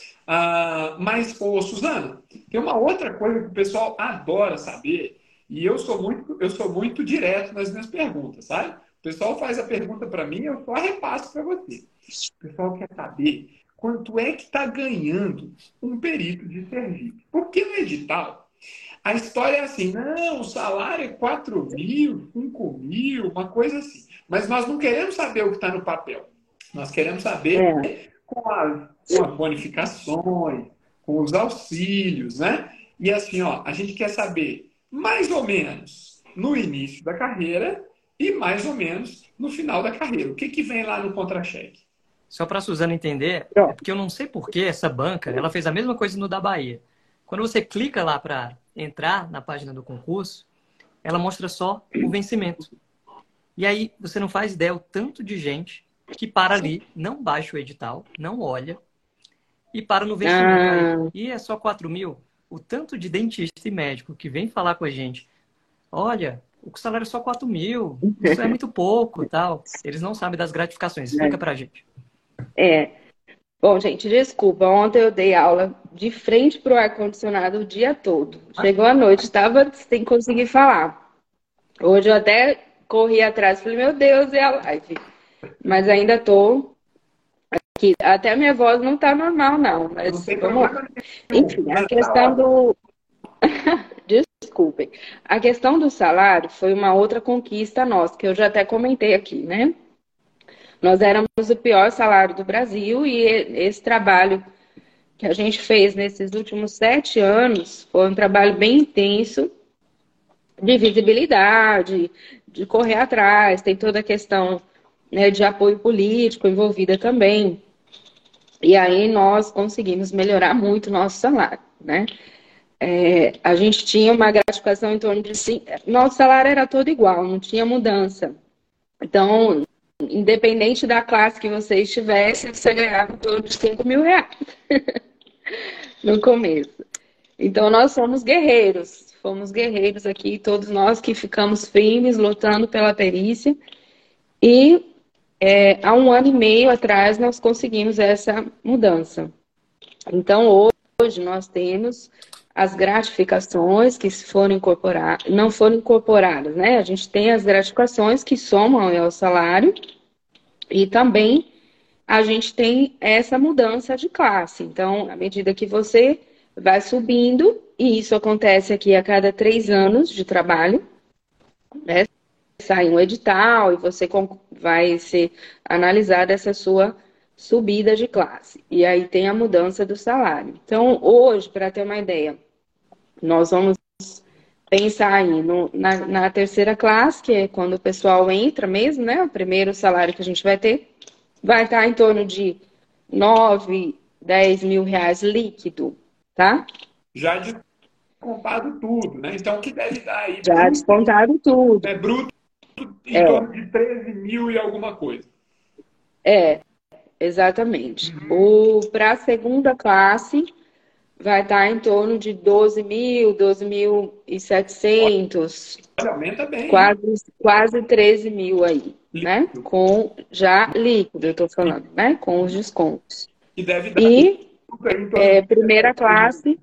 Ah, mas, ô, Suzana, tem uma outra coisa que o pessoal adora saber, e eu sou muito, eu sou muito direto nas minhas perguntas, sabe? O pessoal faz a pergunta para mim, eu só repasso para você. O pessoal quer saber quanto é que está ganhando um perito de serviço. Porque no edital, a história é assim, não, o salário é quatro mil, cinco mil, uma coisa assim. Mas nós não queremos saber o que está no papel. Nós queremos saber É. com as, com as bonificações, com os auxílios, né? E assim, ó, a gente quer saber mais ou menos no início da carreira e mais ou menos no final da carreira. O que, que vem lá no contra-cheque? Só para a Suzana entender, é porque eu não sei por que essa banca, ela fez a mesma coisa no da Bahia. Quando você clica lá para entrar na página do concurso, ela mostra só o vencimento. E aí você não faz ideia o tanto de gente que para ali, não baixa o edital, não olha e para no vencimento. Ah. E é só quatro mil. O tanto de dentista e médico que vem falar com a gente, olha, o salário é só quatro mil, isso é muito pouco, tal. Eles não sabem das gratificações. Explica pra gente. É. Bom, gente, desculpa. Ontem eu dei aula de frente para o ar-condicionado o dia todo. Chegou a noite, estava sem conseguir falar. Hoje eu até corri atrás, falei, meu Deus, e a live? Mas ainda estou aqui. Até a minha voz não está normal, não. Mas Não vamos lá. Enfim, a questão do... Desculpem. A questão do salário foi uma outra conquista nossa, que eu já até comentei aqui, né? Nós éramos o pior salário do Brasil e esse trabalho que a gente fez nesses últimos sete anos foi um trabalho bem intenso de visibilidade, de correr atrás, tem toda a questão, né, de apoio político envolvida também. E aí nós conseguimos melhorar muito o nosso salário, né? É, a gente tinha uma gratificação em torno de... Nosso salário era todo igual, não tinha mudança. Então, independente da classe que você estivesse, você ganhava em torno de cinco mil reais no começo. Então, nós somos guerreiros. Fomos guerreiros aqui, todos nós que ficamos firmes, lutando pela perícia. E é, há um ano e meio atrás, nós conseguimos essa mudança. Então, hoje, nós temos as gratificações que foram incorporadas, não foram incorporadas, né? A gente tem as gratificações que somam ao salário e também a gente tem essa mudança de classe. Então, à medida que você vai subindo, e isso acontece aqui a cada três anos de trabalho, né? Sai um edital e você vai ser analisada essa sua subida de classe. E aí tem a mudança do salário. Então, hoje, para ter uma ideia, nós vamos pensar aí no, na, na terceira classe, que é quando o pessoal entra mesmo, né? O primeiro salário que a gente vai ter vai estar em torno de nove, dez mil reais líquido, tá? Já descontado tudo, né? Então, o que deve dar aí? Já descontado tudo. É bruto, em É, torno de treze mil e alguma coisa. é, exatamente. Uhum. O para a segunda classe vai estar em torno de doze mil, doze mil e setecentos, Olha, aumenta bem, hein? quase, quase treze mil aí, né? Líquido. Com já líquido, eu tô falando, né? Com os descontos. Que deve dar E bruto aí em torno é, de primeira dezessete mil. classe,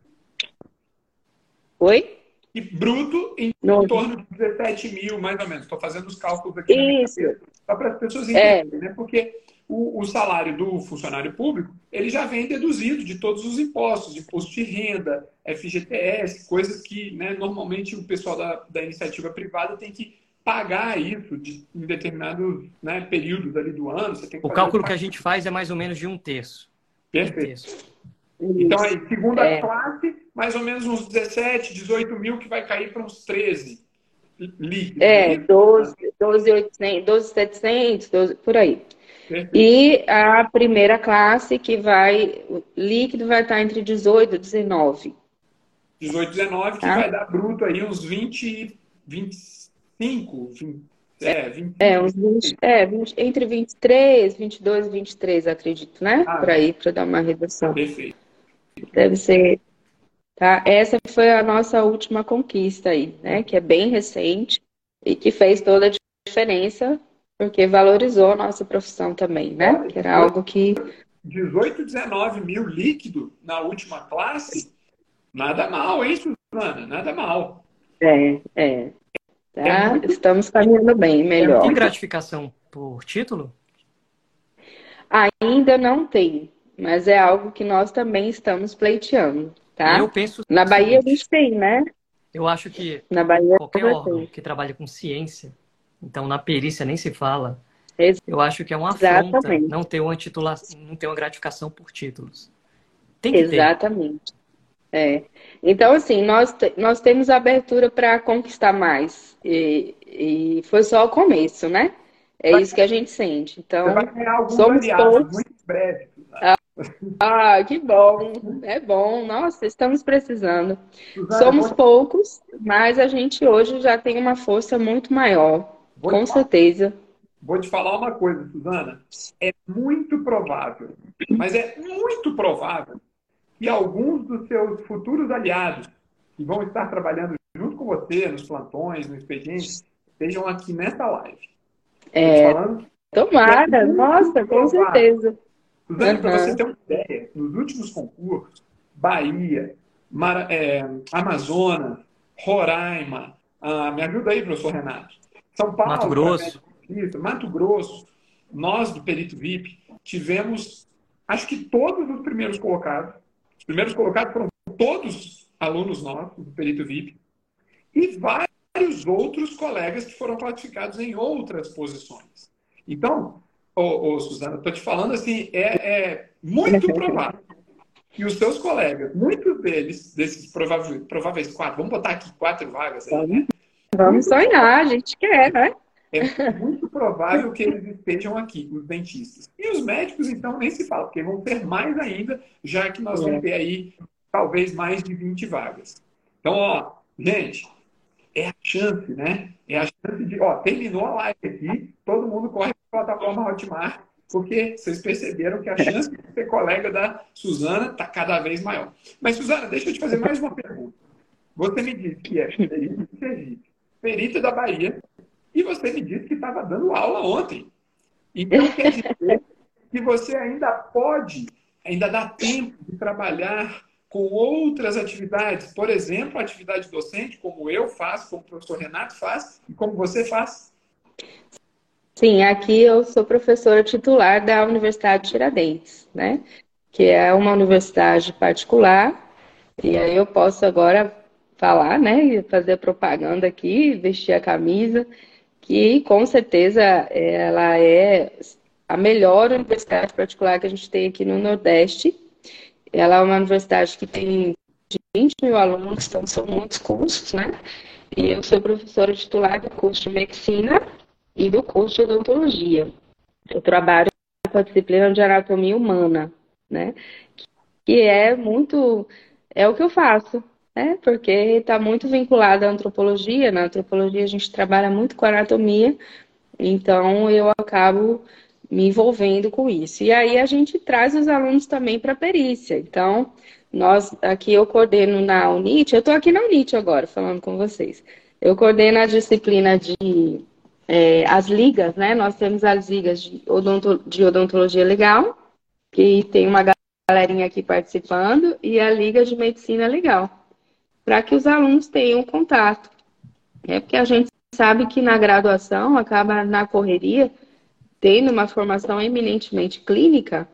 oi? E bruto em No, torno de dezessete mil, mais ou menos. Estou fazendo os cálculos aqui na minha isso, cabeça, só para as pessoas é, entenderem, né? Porque o, o salário do funcionário público, ele já vem deduzido de todos os impostos, imposto de renda, F G T S, coisas que, né, normalmente o pessoal da, da iniciativa privada tem que pagar isso de, em determinados, né, períodos ali do ano. Você tem que O fazer o cálculo que a pagamento. gente faz é mais ou menos de um terço. Um Perfeito. terço. Então, isso, aí, segunda é, classe, mais ou menos uns dezessete, dezoito mil, que vai cair para uns treze líquido, não é é isso? doze, doze, oitocentos, doze, setecentos, doze, por aí. Perfeito. E a primeira classe que vai, o líquido vai estar entre dezoito e dezenove, dezoito, dezenove, que tá? vai dar bruto aí uns vinte, vinte e cinco, vinte, é, É, vinte e cinco, uns vinte, vinte e seis. é, vinte, entre vinte e três, vinte e dois e vinte e três, acredito, né? Por Ah, aí, para dar uma redução. perfeito. Deve ser, tá? Essa foi a nossa última conquista aí, né? Que é bem recente e que fez toda a diferença, porque valorizou a nossa profissão também, né? Olha, Que era algo que dezoito, dezenove mil líquido na última classe, nada mal, hein, Suzana? Nada mal. é, é, É tá? muito, Estamos caminhando bem, é Tem melhor. muito. gratificação por título? Ainda não tem, mas é algo que nós também estamos pleiteando, Eu tá? penso Na o Bahia a seguinte: gente tem, né? eu acho que Na Bahia qualquer já órgão tem. que trabalha com ciência, então na perícia nem se fala, Ex- eu acho que é uma afronta Exatamente, não ter uma titula... não ter uma gratificação por títulos. Tem que ter. exatamente. É. Então, assim, nós, te- nós temos abertura para conquistar mais. E, e foi só o começo, né? É isso que a gente sente. Você vai Então, ganhar alguns somos aliados poucos. muito em breve, Suzana. Ah, que bom. É bom. Nossa, estamos precisando. Suzana, eu Somos vou, poucos, mas a gente hoje já tem uma força muito maior, vou com te falar. certeza. Vou te falar uma coisa, Suzana. É muito provável, mas é muito provável que alguns dos seus futuros aliados, que vão estar trabalhando junto com você nos plantões, no expediente, estejam aqui nessa live. Estou te falando que é Tomara, muito nossa, com provável. certeza. Suzane, para você Aham. ter uma ideia, nos últimos concursos, Bahia, Mara- é, Amazonas, Roraima, ah, me ajuda aí, professor Renato. São Mato Paulo, para Grosso. médico dentista, Mato Grosso, nós do Perito V I P tivemos, acho que todos os primeiros colocados, os primeiros colocados foram todos alunos nossos do Perito V I P, e vários outros colegas que foram classificados em outras posições. Então, ô, ô Suzana, estou te falando assim, é, é muito provável que os seus colegas, muitos deles, desses prováveis, prováveis quatro, vamos botar aqui quatro vagas aí, Vamos, né? vamos Muito, sonhar, a gente quer, né? é muito provável que eles estejam aqui, os dentistas. E os médicos, então, nem se fala, porque vão ter mais ainda, já que nós vamos É. ter aí talvez mais de vinte vagas. Então, ó, gente, é a chance, né? É a chance de, ó, terminou a live aqui, todo mundo corre para a plataforma Hotmart, porque vocês perceberam que a chance de ser colega da Suzana está cada vez maior. Mas, Suzana, deixa eu te fazer mais uma pergunta. Você me disse que é perita de Sergipe, perita da Bahia, e você me disse que estava dando aula ontem. Então, quer dizer que você ainda pode, ainda dá tempo de trabalhar com outras atividades, por exemplo, a atividade docente, como eu faço, como o professor Renato faz e como você faz. Sim, aqui eu sou professora titular da Universidade Tiradentes, né? Que é uma universidade particular, e aí eu posso agora falar, né? E fazer propaganda aqui, vestir a camisa, que com certeza ela é a melhor universidade particular que a gente tem aqui no Nordeste. Ela é uma universidade que tem vinte mil alunos, então são muitos cursos, né? E eu sou professora titular do curso de medicina e do curso de odontologia. Eu trabalho com a disciplina de anatomia humana, né? Que é muito, é o que eu faço, né? Porque está muito vinculado à antropologia. Na antropologia a gente trabalha muito com anatomia, então eu acabo me envolvendo com isso. E aí a gente traz os alunos também para a perícia. Então, nós aqui eu coordeno na UNIT, eu estou aqui na UNIT agora falando com vocês. Eu coordeno a disciplina de é, as ligas, né? Nós temos as ligas de, odonto, de odontologia legal, que tem uma galerinha aqui participando, e a liga de medicina legal, para que os alunos tenham contato. É porque a gente sabe que na graduação acaba na correria tendo uma formação eminentemente clínica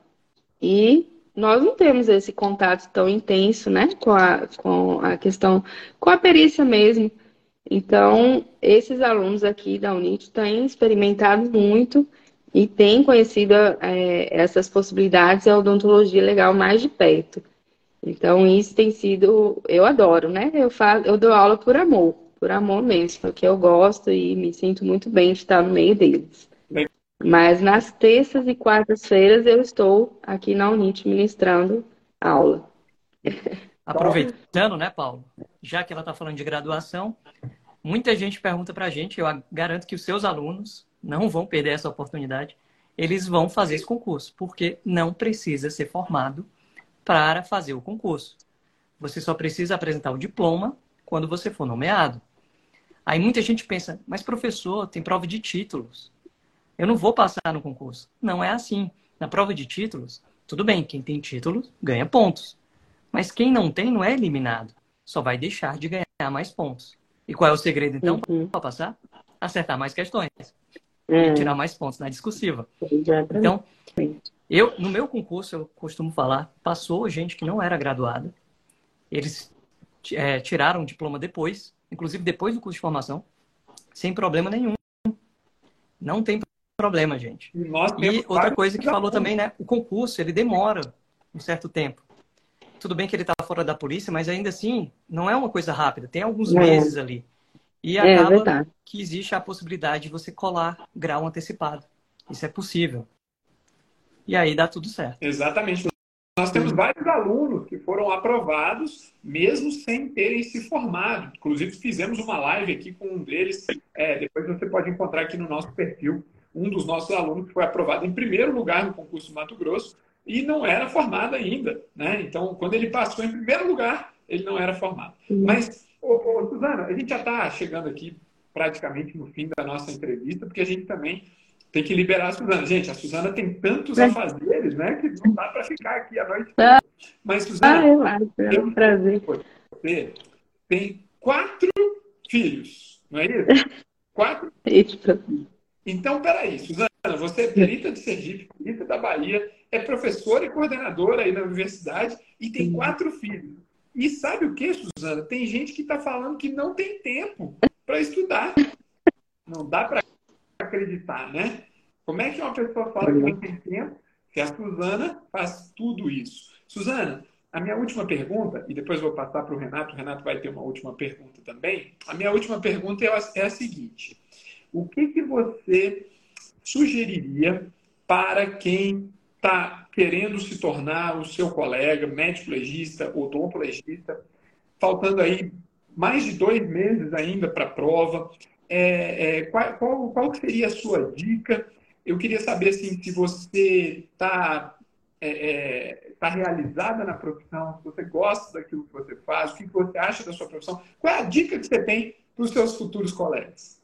e nós não temos esse contato tão intenso, né, com a, com a questão, com a perícia mesmo. Então, esses alunos aqui da UNIT têm experimentado muito e têm conhecido é, essas possibilidades da odontologia legal mais de perto. Então, isso tem sido, eu adoro, né? Eu faço, eu dou aula por amor, por amor mesmo, porque eu gosto e me sinto muito bem de estar no meio deles. Mas nas terças e quartas-feiras eu estou aqui na UNIT ministrando aula. Aproveitando, né, Paulo? Já que ela está falando de graduação, muita gente pergunta para a gente, eu garanto que os seus alunos não vão perder essa oportunidade, eles vão fazer esse concurso, porque não precisa ser formado para fazer o concurso. Você só precisa apresentar o diploma quando você for nomeado. Aí muita gente pensa, mas professor, tem prova de títulos. Eu não vou passar no concurso. Não é assim. Na prova de títulos, tudo bem, quem tem títulos ganha pontos. Mas quem não tem não é eliminado. Só vai deixar de ganhar mais pontos. E qual é o segredo, então, Uhum. para passar? Acertar mais questões. É. E tirar mais pontos na discursiva. Exatamente. Então, eu, no meu concurso, eu costumo falar, passou gente que não era graduada. Eles é, tiraram o diploma depois, inclusive depois do curso de formação, sem problema nenhum. Não tem problema, gente. E, nós e outra coisa que falou também, né? O concurso, ele demora um certo tempo. Tudo bem que ele está fora da polícia, mas ainda assim, não é uma coisa rápida. Tem alguns É. meses ali. E É acaba verdade. que existe a possibilidade de você colar grau antecipado. Isso é possível. E aí dá tudo certo. Exatamente. Nós temos vários alunos que foram aprovados, mesmo sem terem se formado. Inclusive, fizemos uma live aqui com um deles. É, depois você pode encontrar aqui no nosso perfil um dos nossos alunos que foi aprovado em primeiro lugar no concurso do Mato Grosso e não era formado ainda, né? Então, quando ele passou em primeiro lugar, ele não era formado. Mas, ô, ô, Suzana, a gente já está chegando aqui praticamente no fim da nossa entrevista, porque a gente também tem que liberar a Suzana. Gente, a Suzana tem tantos afazeres, né, que não dá para ficar aqui a noite toda. Mas, Suzana, Ah, eu acho, é um prazer. Você tem quatro filhos, não é isso? Quatro Isso. Então, peraí, Suzana, você é perita de Sergipe, perita da Bahia, é professora e coordenadora aí na universidade e tem quatro filhos. E sabe o que, Suzana? Tem gente que está falando que não tem tempo para estudar. Não dá para acreditar, né? Como é que uma pessoa fala que não tem tempo se a Suzana faz tudo isso? Suzana, a minha última pergunta, e depois vou passar para o Renato, o Renato vai ter uma última pergunta também. A minha última pergunta é a, é a seguinte: o que, que você sugeriria para quem está querendo se tornar o seu colega, médico legista, odontolegista, faltando aí mais de dois meses ainda para a prova? É, é, qual, qual, qual seria a sua dica? Eu queria saber assim, se você está é, é, tá realizada na profissão, se você gosta daquilo que você faz, o que você acha da sua profissão. Qual é a dica que você tem para os seus futuros colegas?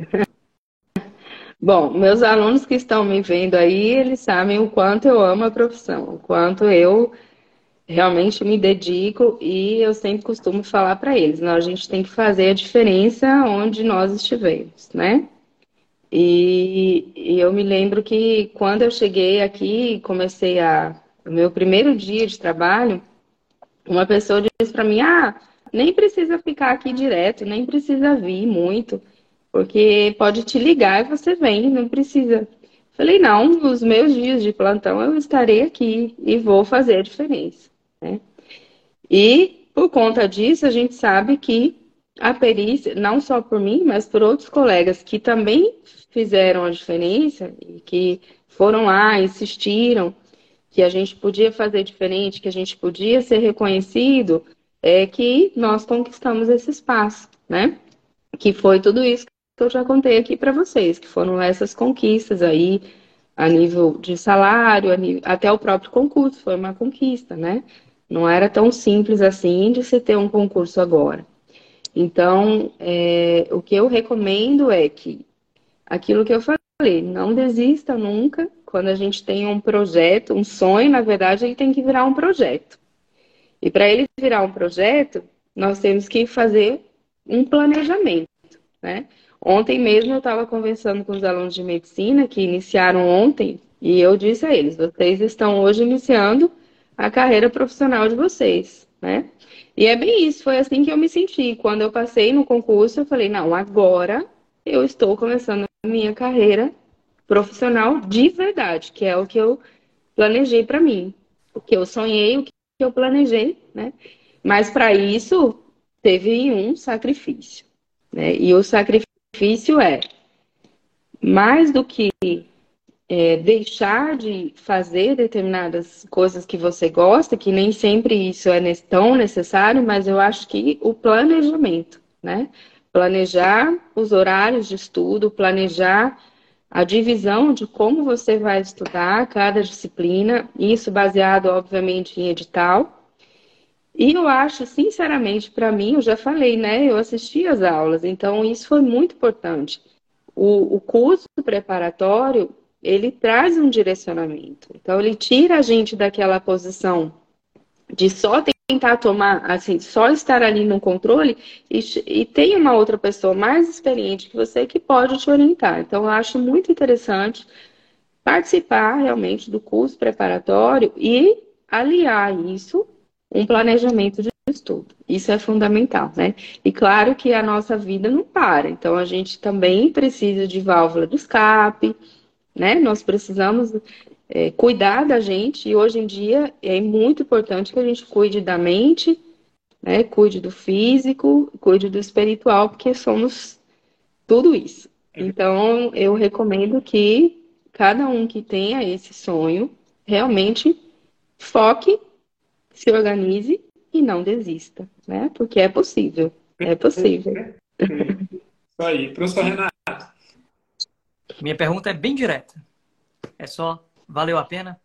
Bom, meus alunos que estão me vendo aí, eles sabem o quanto eu amo a profissão, o quanto eu realmente me dedico e eu sempre costumo falar para eles, não, a gente tem que fazer a diferença onde nós estivermos, né? E, e eu me lembro que quando eu cheguei aqui, comecei a, o meu primeiro dia de trabalho, uma pessoa disse para mim, ah, nem precisa ficar aqui direto, nem precisa vir muito, porque pode te ligar e você vem, não precisa. Falei, não, nos meus dias de plantão eu estarei aqui e vou fazer a diferença, né? E por conta disso, a gente sabe que a perícia, não só por mim, mas por outros colegas que também fizeram a diferença e que foram lá, insistiram que a gente podia fazer diferente, que a gente podia ser reconhecido, é que nós conquistamos esse espaço, né? Que foi tudo isso que eu já contei aqui para vocês, que foram essas conquistas aí a nível de salário, a nível, até o próprio concurso foi uma conquista, né? Não era tão simples assim de se ter um concurso agora. Então, é, o que eu recomendo é que aquilo que eu falei, não desista nunca. Quando a gente tem um projeto, um sonho, na verdade, ele tem que virar um projeto. E para ele virar um projeto, nós temos que fazer um planejamento, né? Ontem mesmo eu estava conversando com os alunos de medicina que iniciaram ontem e eu disse a eles: vocês estão hoje iniciando a carreira profissional de vocês, né? E é bem isso, foi assim que eu me senti. Quando eu passei no concurso, eu falei: não, agora eu estou começando a minha carreira profissional de verdade, que é o que eu planejei para mim, o que eu sonhei, o que eu planejei, né? Mas para isso teve um sacrifício, né? E o sacrifício é mais do que é, deixar de fazer determinadas coisas que você gosta, que nem sempre isso é tão necessário, mas eu acho que o planejamento, né? Planejar os horários de estudo, planejar a divisão de como você vai estudar cada disciplina, isso baseado, obviamente, em edital. E eu acho, sinceramente, para mim, eu já falei, né? Eu assisti às aulas, então isso foi muito importante. O, o curso preparatório, ele traz um direcionamento. Então, ele tira a gente daquela posição de só tentar tomar, assim, só estar ali no controle e, e tem uma outra pessoa mais experiente que você que pode te orientar. Então, eu acho muito interessante participar realmente do curso preparatório e aliar isso um planejamento de estudo. Isso é fundamental, né? E claro que a nossa vida não para, então a gente também precisa de válvula de escape, né? Nós precisamos é, cuidar da gente e hoje em dia é muito importante que a gente cuide da mente, né? Cuide do físico, cuide do espiritual, porque somos tudo isso. Então, eu recomendo que cada um que tenha esse sonho realmente foque, se organize e não desista, né? Porque é possível, é possível. Perfeito. Isso aí. Professor Renato. Minha pergunta é bem direta. É só, valeu a pena?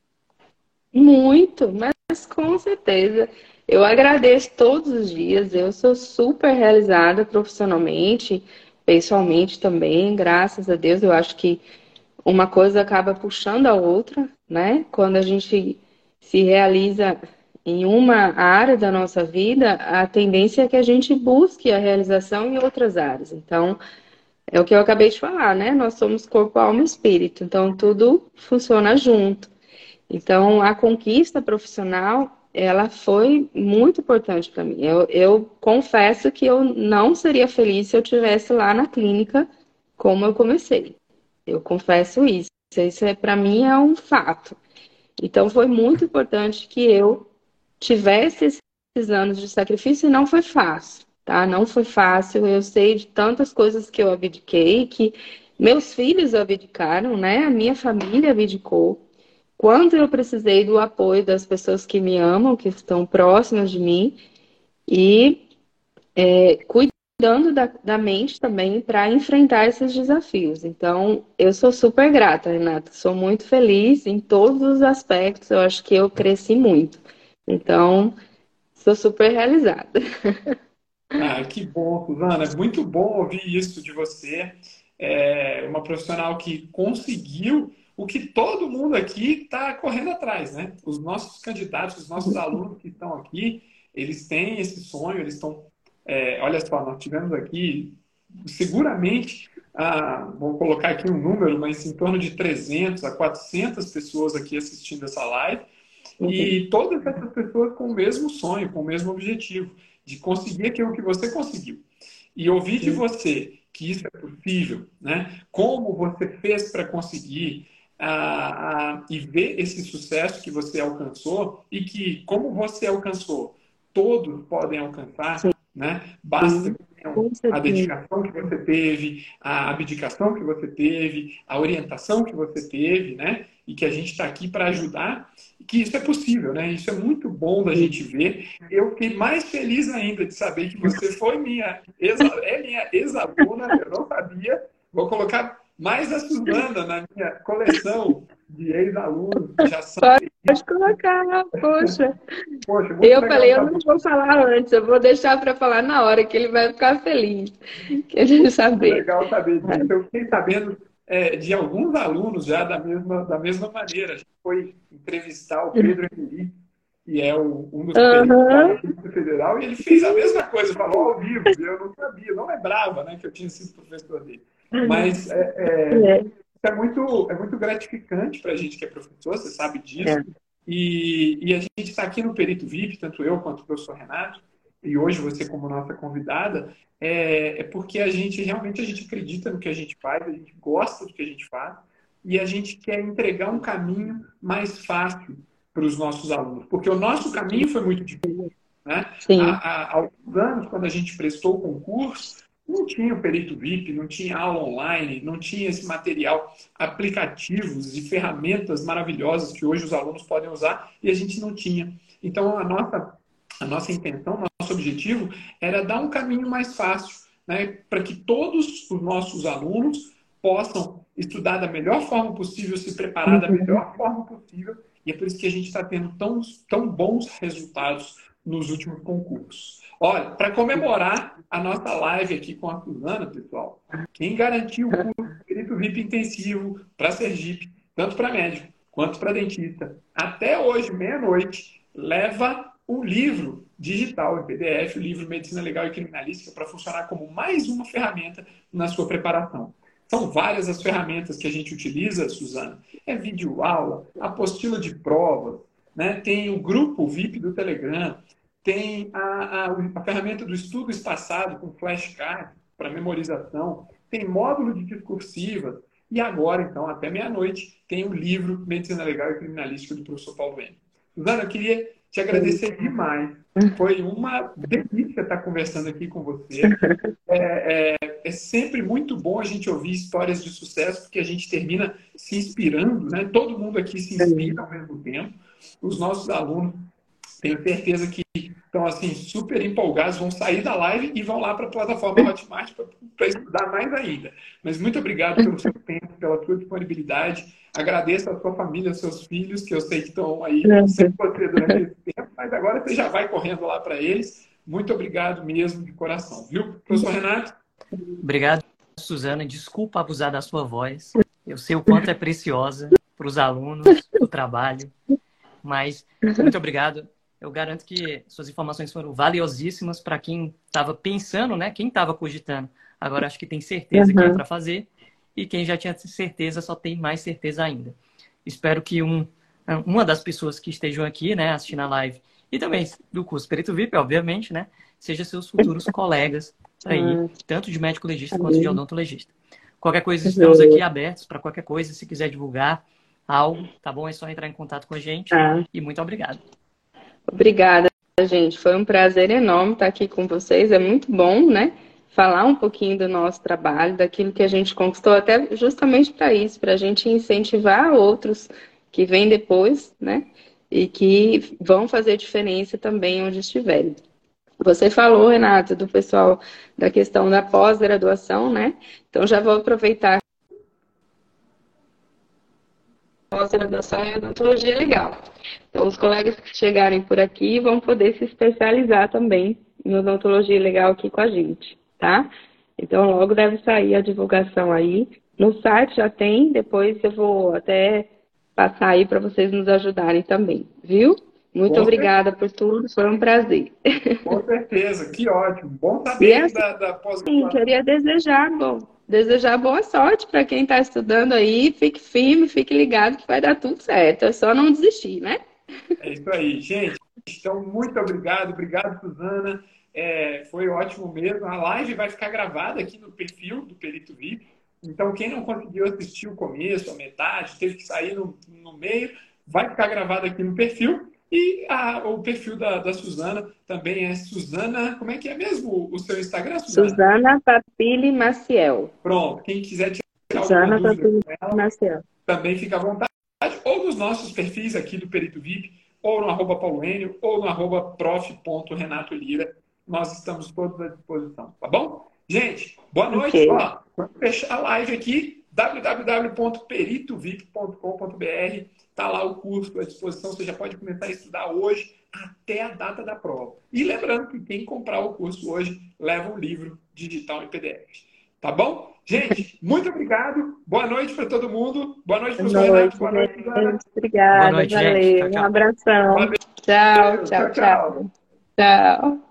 Muito, mas com certeza. Eu agradeço todos os dias. Eu sou super realizada profissionalmente, pessoalmente também, graças a Deus. Eu acho que uma coisa acaba puxando a outra, né? Quando a gente se realiza em uma área da nossa vida, a tendência é que a gente busque a realização em outras áreas. Então, é o que eu acabei de falar, né? Nós somos corpo, alma e espírito, então tudo funciona junto. Então, a conquista profissional, ela foi muito importante para mim. Eu, eu confesso que eu não seria feliz se eu estivesse lá na clínica como eu comecei. Eu confesso isso. Isso é, para mim é um fato. Então foi muito importante que eu tivesse esses anos de sacrifício e não foi fácil, tá? Não foi fácil. Eu sei de tantas coisas que eu abdiquei, que meus filhos abdicaram, né? A minha família abdicou. Quando eu precisei do apoio das pessoas que me amam, que estão próximas de mim, e é, cuidando da, da mente também para enfrentar esses desafios. Então, eu sou super grata, Renata. Sou muito feliz em todos os aspectos. Eu acho que eu cresci muito. Então, sou super realizada. Ah, que bom, Suzana. É muito bom ouvir isso de você. É uma profissional que conseguiu o que todo mundo aqui está correndo atrás, né? Os nossos candidatos, os nossos alunos que estão aqui, eles têm esse sonho, eles estão. É, olha só, nós tivemos aqui, seguramente, ah, vou colocar aqui um número, mas em torno de trezentas a quatrocentas pessoas aqui assistindo essa live. Uhum. E todas essas pessoas com o mesmo sonho, com o mesmo objetivo, de conseguir aquilo que você conseguiu. E ouvir de você que isso é possível, né? Como você fez para conseguir ah, ah, e ver esse sucesso que você alcançou e que, como você alcançou, todos podem alcançar, né? Basta Sim, que tenham com a certeza. dedicação que você teve, a abdicação que você teve, a orientação que você teve, né? E que a gente está aqui para ajudar que isso é possível, né? Isso é muito bom da gente ver. Eu fiquei mais feliz ainda de saber que você foi minha ex, é minha ex-aluna, eu não sabia. Vou colocar mais a Suzana na minha coleção de ex-alunos que já são. Pode colocar, poxa. Poxa, muito Eu legal falei, eu saber. não vou falar antes, eu vou deixar para falar na hora, que ele vai ficar feliz. Que ele saber. Legal saber disso. Eu fiquei sabendo é, de alguns alunos já da mesma, da mesma maneira. A gente foi entrevistar o Pedro Henrique, que é o, um dos peritos da Polícia Federal, e ele fez a mesma coisa, falou ao vivo. E eu não sabia, não lembrava, né, que eu tinha sido professor dele. Mas é, é, isso é muito, é muito gratificante para a gente que é professor, você sabe disso. É. E, e a gente está aqui no Perito V I P, tanto eu quanto o professor Renato, e hoje você como nossa convidada, é, é porque a gente realmente a gente acredita no que a gente faz, a gente gosta do que a gente faz, e a gente quer entregar um caminho mais fácil para os nossos alunos. Porque o nosso caminho foi muito difícil. Né? Há, há, há alguns anos, quando a gente prestou o concurso, não tinha o Perito V I P, não tinha aula online, não tinha esse material, aplicativos e ferramentas maravilhosas que hoje os alunos podem usar, e a gente não tinha. Então, a nossa, a nossa intenção, o nosso objetivo era dar um caminho mais fácil, né, para que todos os nossos alunos possam estudar da melhor forma possível, se preparar da melhor forma possível, e é por isso que a gente está tendo tão, tão bons resultados nos últimos concursos. Olha, para comemorar a nossa live aqui com a Suzana, pessoal, quem garantiu o curso Perito V I P intensivo para Sergipe, tanto para médico quanto para dentista, até hoje, meia-noite, leva um livro digital em P D F, o livro Medicina Legal e Criminalística, para funcionar como mais uma ferramenta na sua preparação. São várias as ferramentas que a gente utiliza, Suzana. É videoaula, apostila de provas, né? Tem o grupo V I P do Telegram, tem a, a, a ferramenta do estudo espaçado com flashcard para memorização, tem módulo de discursivas, e agora, então, até meia-noite, tem o livro Medicina Legal e Criminalística do professor Paulo Ene. Suzana, eu queria te agradecer demais. Foi uma delícia estar conversando aqui com você. É, é, é sempre muito bom a gente ouvir histórias de sucesso, porque a gente termina se inspirando, né? Todo mundo aqui se inspira ao mesmo tempo. Os nossos alunos, tenho certeza que estão assim, super empolgados, vão sair da live e vão lá para a plataforma Hotmart para estudar mais ainda. Mas muito obrigado pelo seu tempo, pela sua disponibilidade. Agradeço a sua família, aos seus filhos, que eu sei que estão aí sem você durante esse tempo, mas agora você já vai correndo lá para eles. Muito obrigado mesmo, de coração. Viu, professor Renato? Obrigado, Suzana. Desculpa abusar da sua voz. Eu sei o quanto é preciosa para os alunos, para o trabalho. Mas muito obrigado. Eu garanto que suas informações foram valiosíssimas para quem estava pensando, né? Quem estava cogitando. Agora acho que tem certeza uhum. que é para fazer. E quem já tinha certeza só tem mais certeza ainda. Espero que um, uma das pessoas que estejam aqui, né, assistindo a live, e também do curso Perito V I P, obviamente, né, seja seus futuros colegas aí, tanto de médico legista quanto de odontologista. Qualquer coisa, estamos aqui abertos para qualquer coisa, se quiser divulgar algo, tá bom? É só entrar em contato com a gente. Ah. E muito obrigado. Obrigada, gente. Foi um prazer enorme estar aqui com vocês. É muito bom, né? Falar um pouquinho do nosso trabalho, daquilo que a gente conquistou, até justamente para isso, para a gente incentivar outros que vêm depois, né? E que vão fazer diferença também onde estiverem. Você falou, Renato, do pessoal da questão da pós-graduação, né? Então já vou aproveitar. Pós-graduação em odontologia legal. Então, os colegas que chegarem por aqui vão poder se especializar também em odontologia legal aqui com a gente, tá? Então, logo deve sair a divulgação aí. No site já tem, depois eu vou até passar aí para vocês nos ajudarem também, viu? Muito Com obrigada certeza. Por tudo, foi um prazer. Com certeza, que ótimo. Bom saber assim, da, da pós-graduação. Sim, queria desejar, bom, desejar boa sorte para quem está estudando aí. Fique firme, fique ligado que vai dar tudo certo. É só não desistir, né? É isso aí, gente. Então, muito obrigado. Obrigado, Suzana. É, foi ótimo mesmo. A live vai ficar gravada aqui no perfil do Perito V I P. Então, quem não conseguiu assistir o começo, a metade, teve que sair no, no meio, vai ficar gravado aqui no perfil. E a, o perfil da, da Suzana também é Suzana... Como é que é mesmo o seu Instagram, Suzana? Suzana Papili Maciel. Pronto. Quem quiser tirar Suzana alguma dúvida com ela, Maciel. Também fica à vontade. ou nos nossos perfis aqui do Perito V I P, ou no arroba Paulo Enio, ou no arroba prof ponto renato lira. Nós estamos todos à disposição, tá bom? Gente, boa noite. Ok. Ó, vamos fechar a live aqui, w w w ponto perito vip ponto com ponto b r. Está lá o curso à disposição, você já pode começar a estudar hoje até a data da prova. E lembrando que quem comprar o curso hoje leva um livro digital em P D F. Tá bom? Gente, muito obrigado. Boa noite para todo mundo. Boa noite, professor Boa Renato. noite, Boa noite, Ana. gente. Obrigada, Boa noite, valeu. gente. Tchau, Um tchau. abração. Valeu. Tchau, Tchau, tchau, tchau. tchau. Tchau.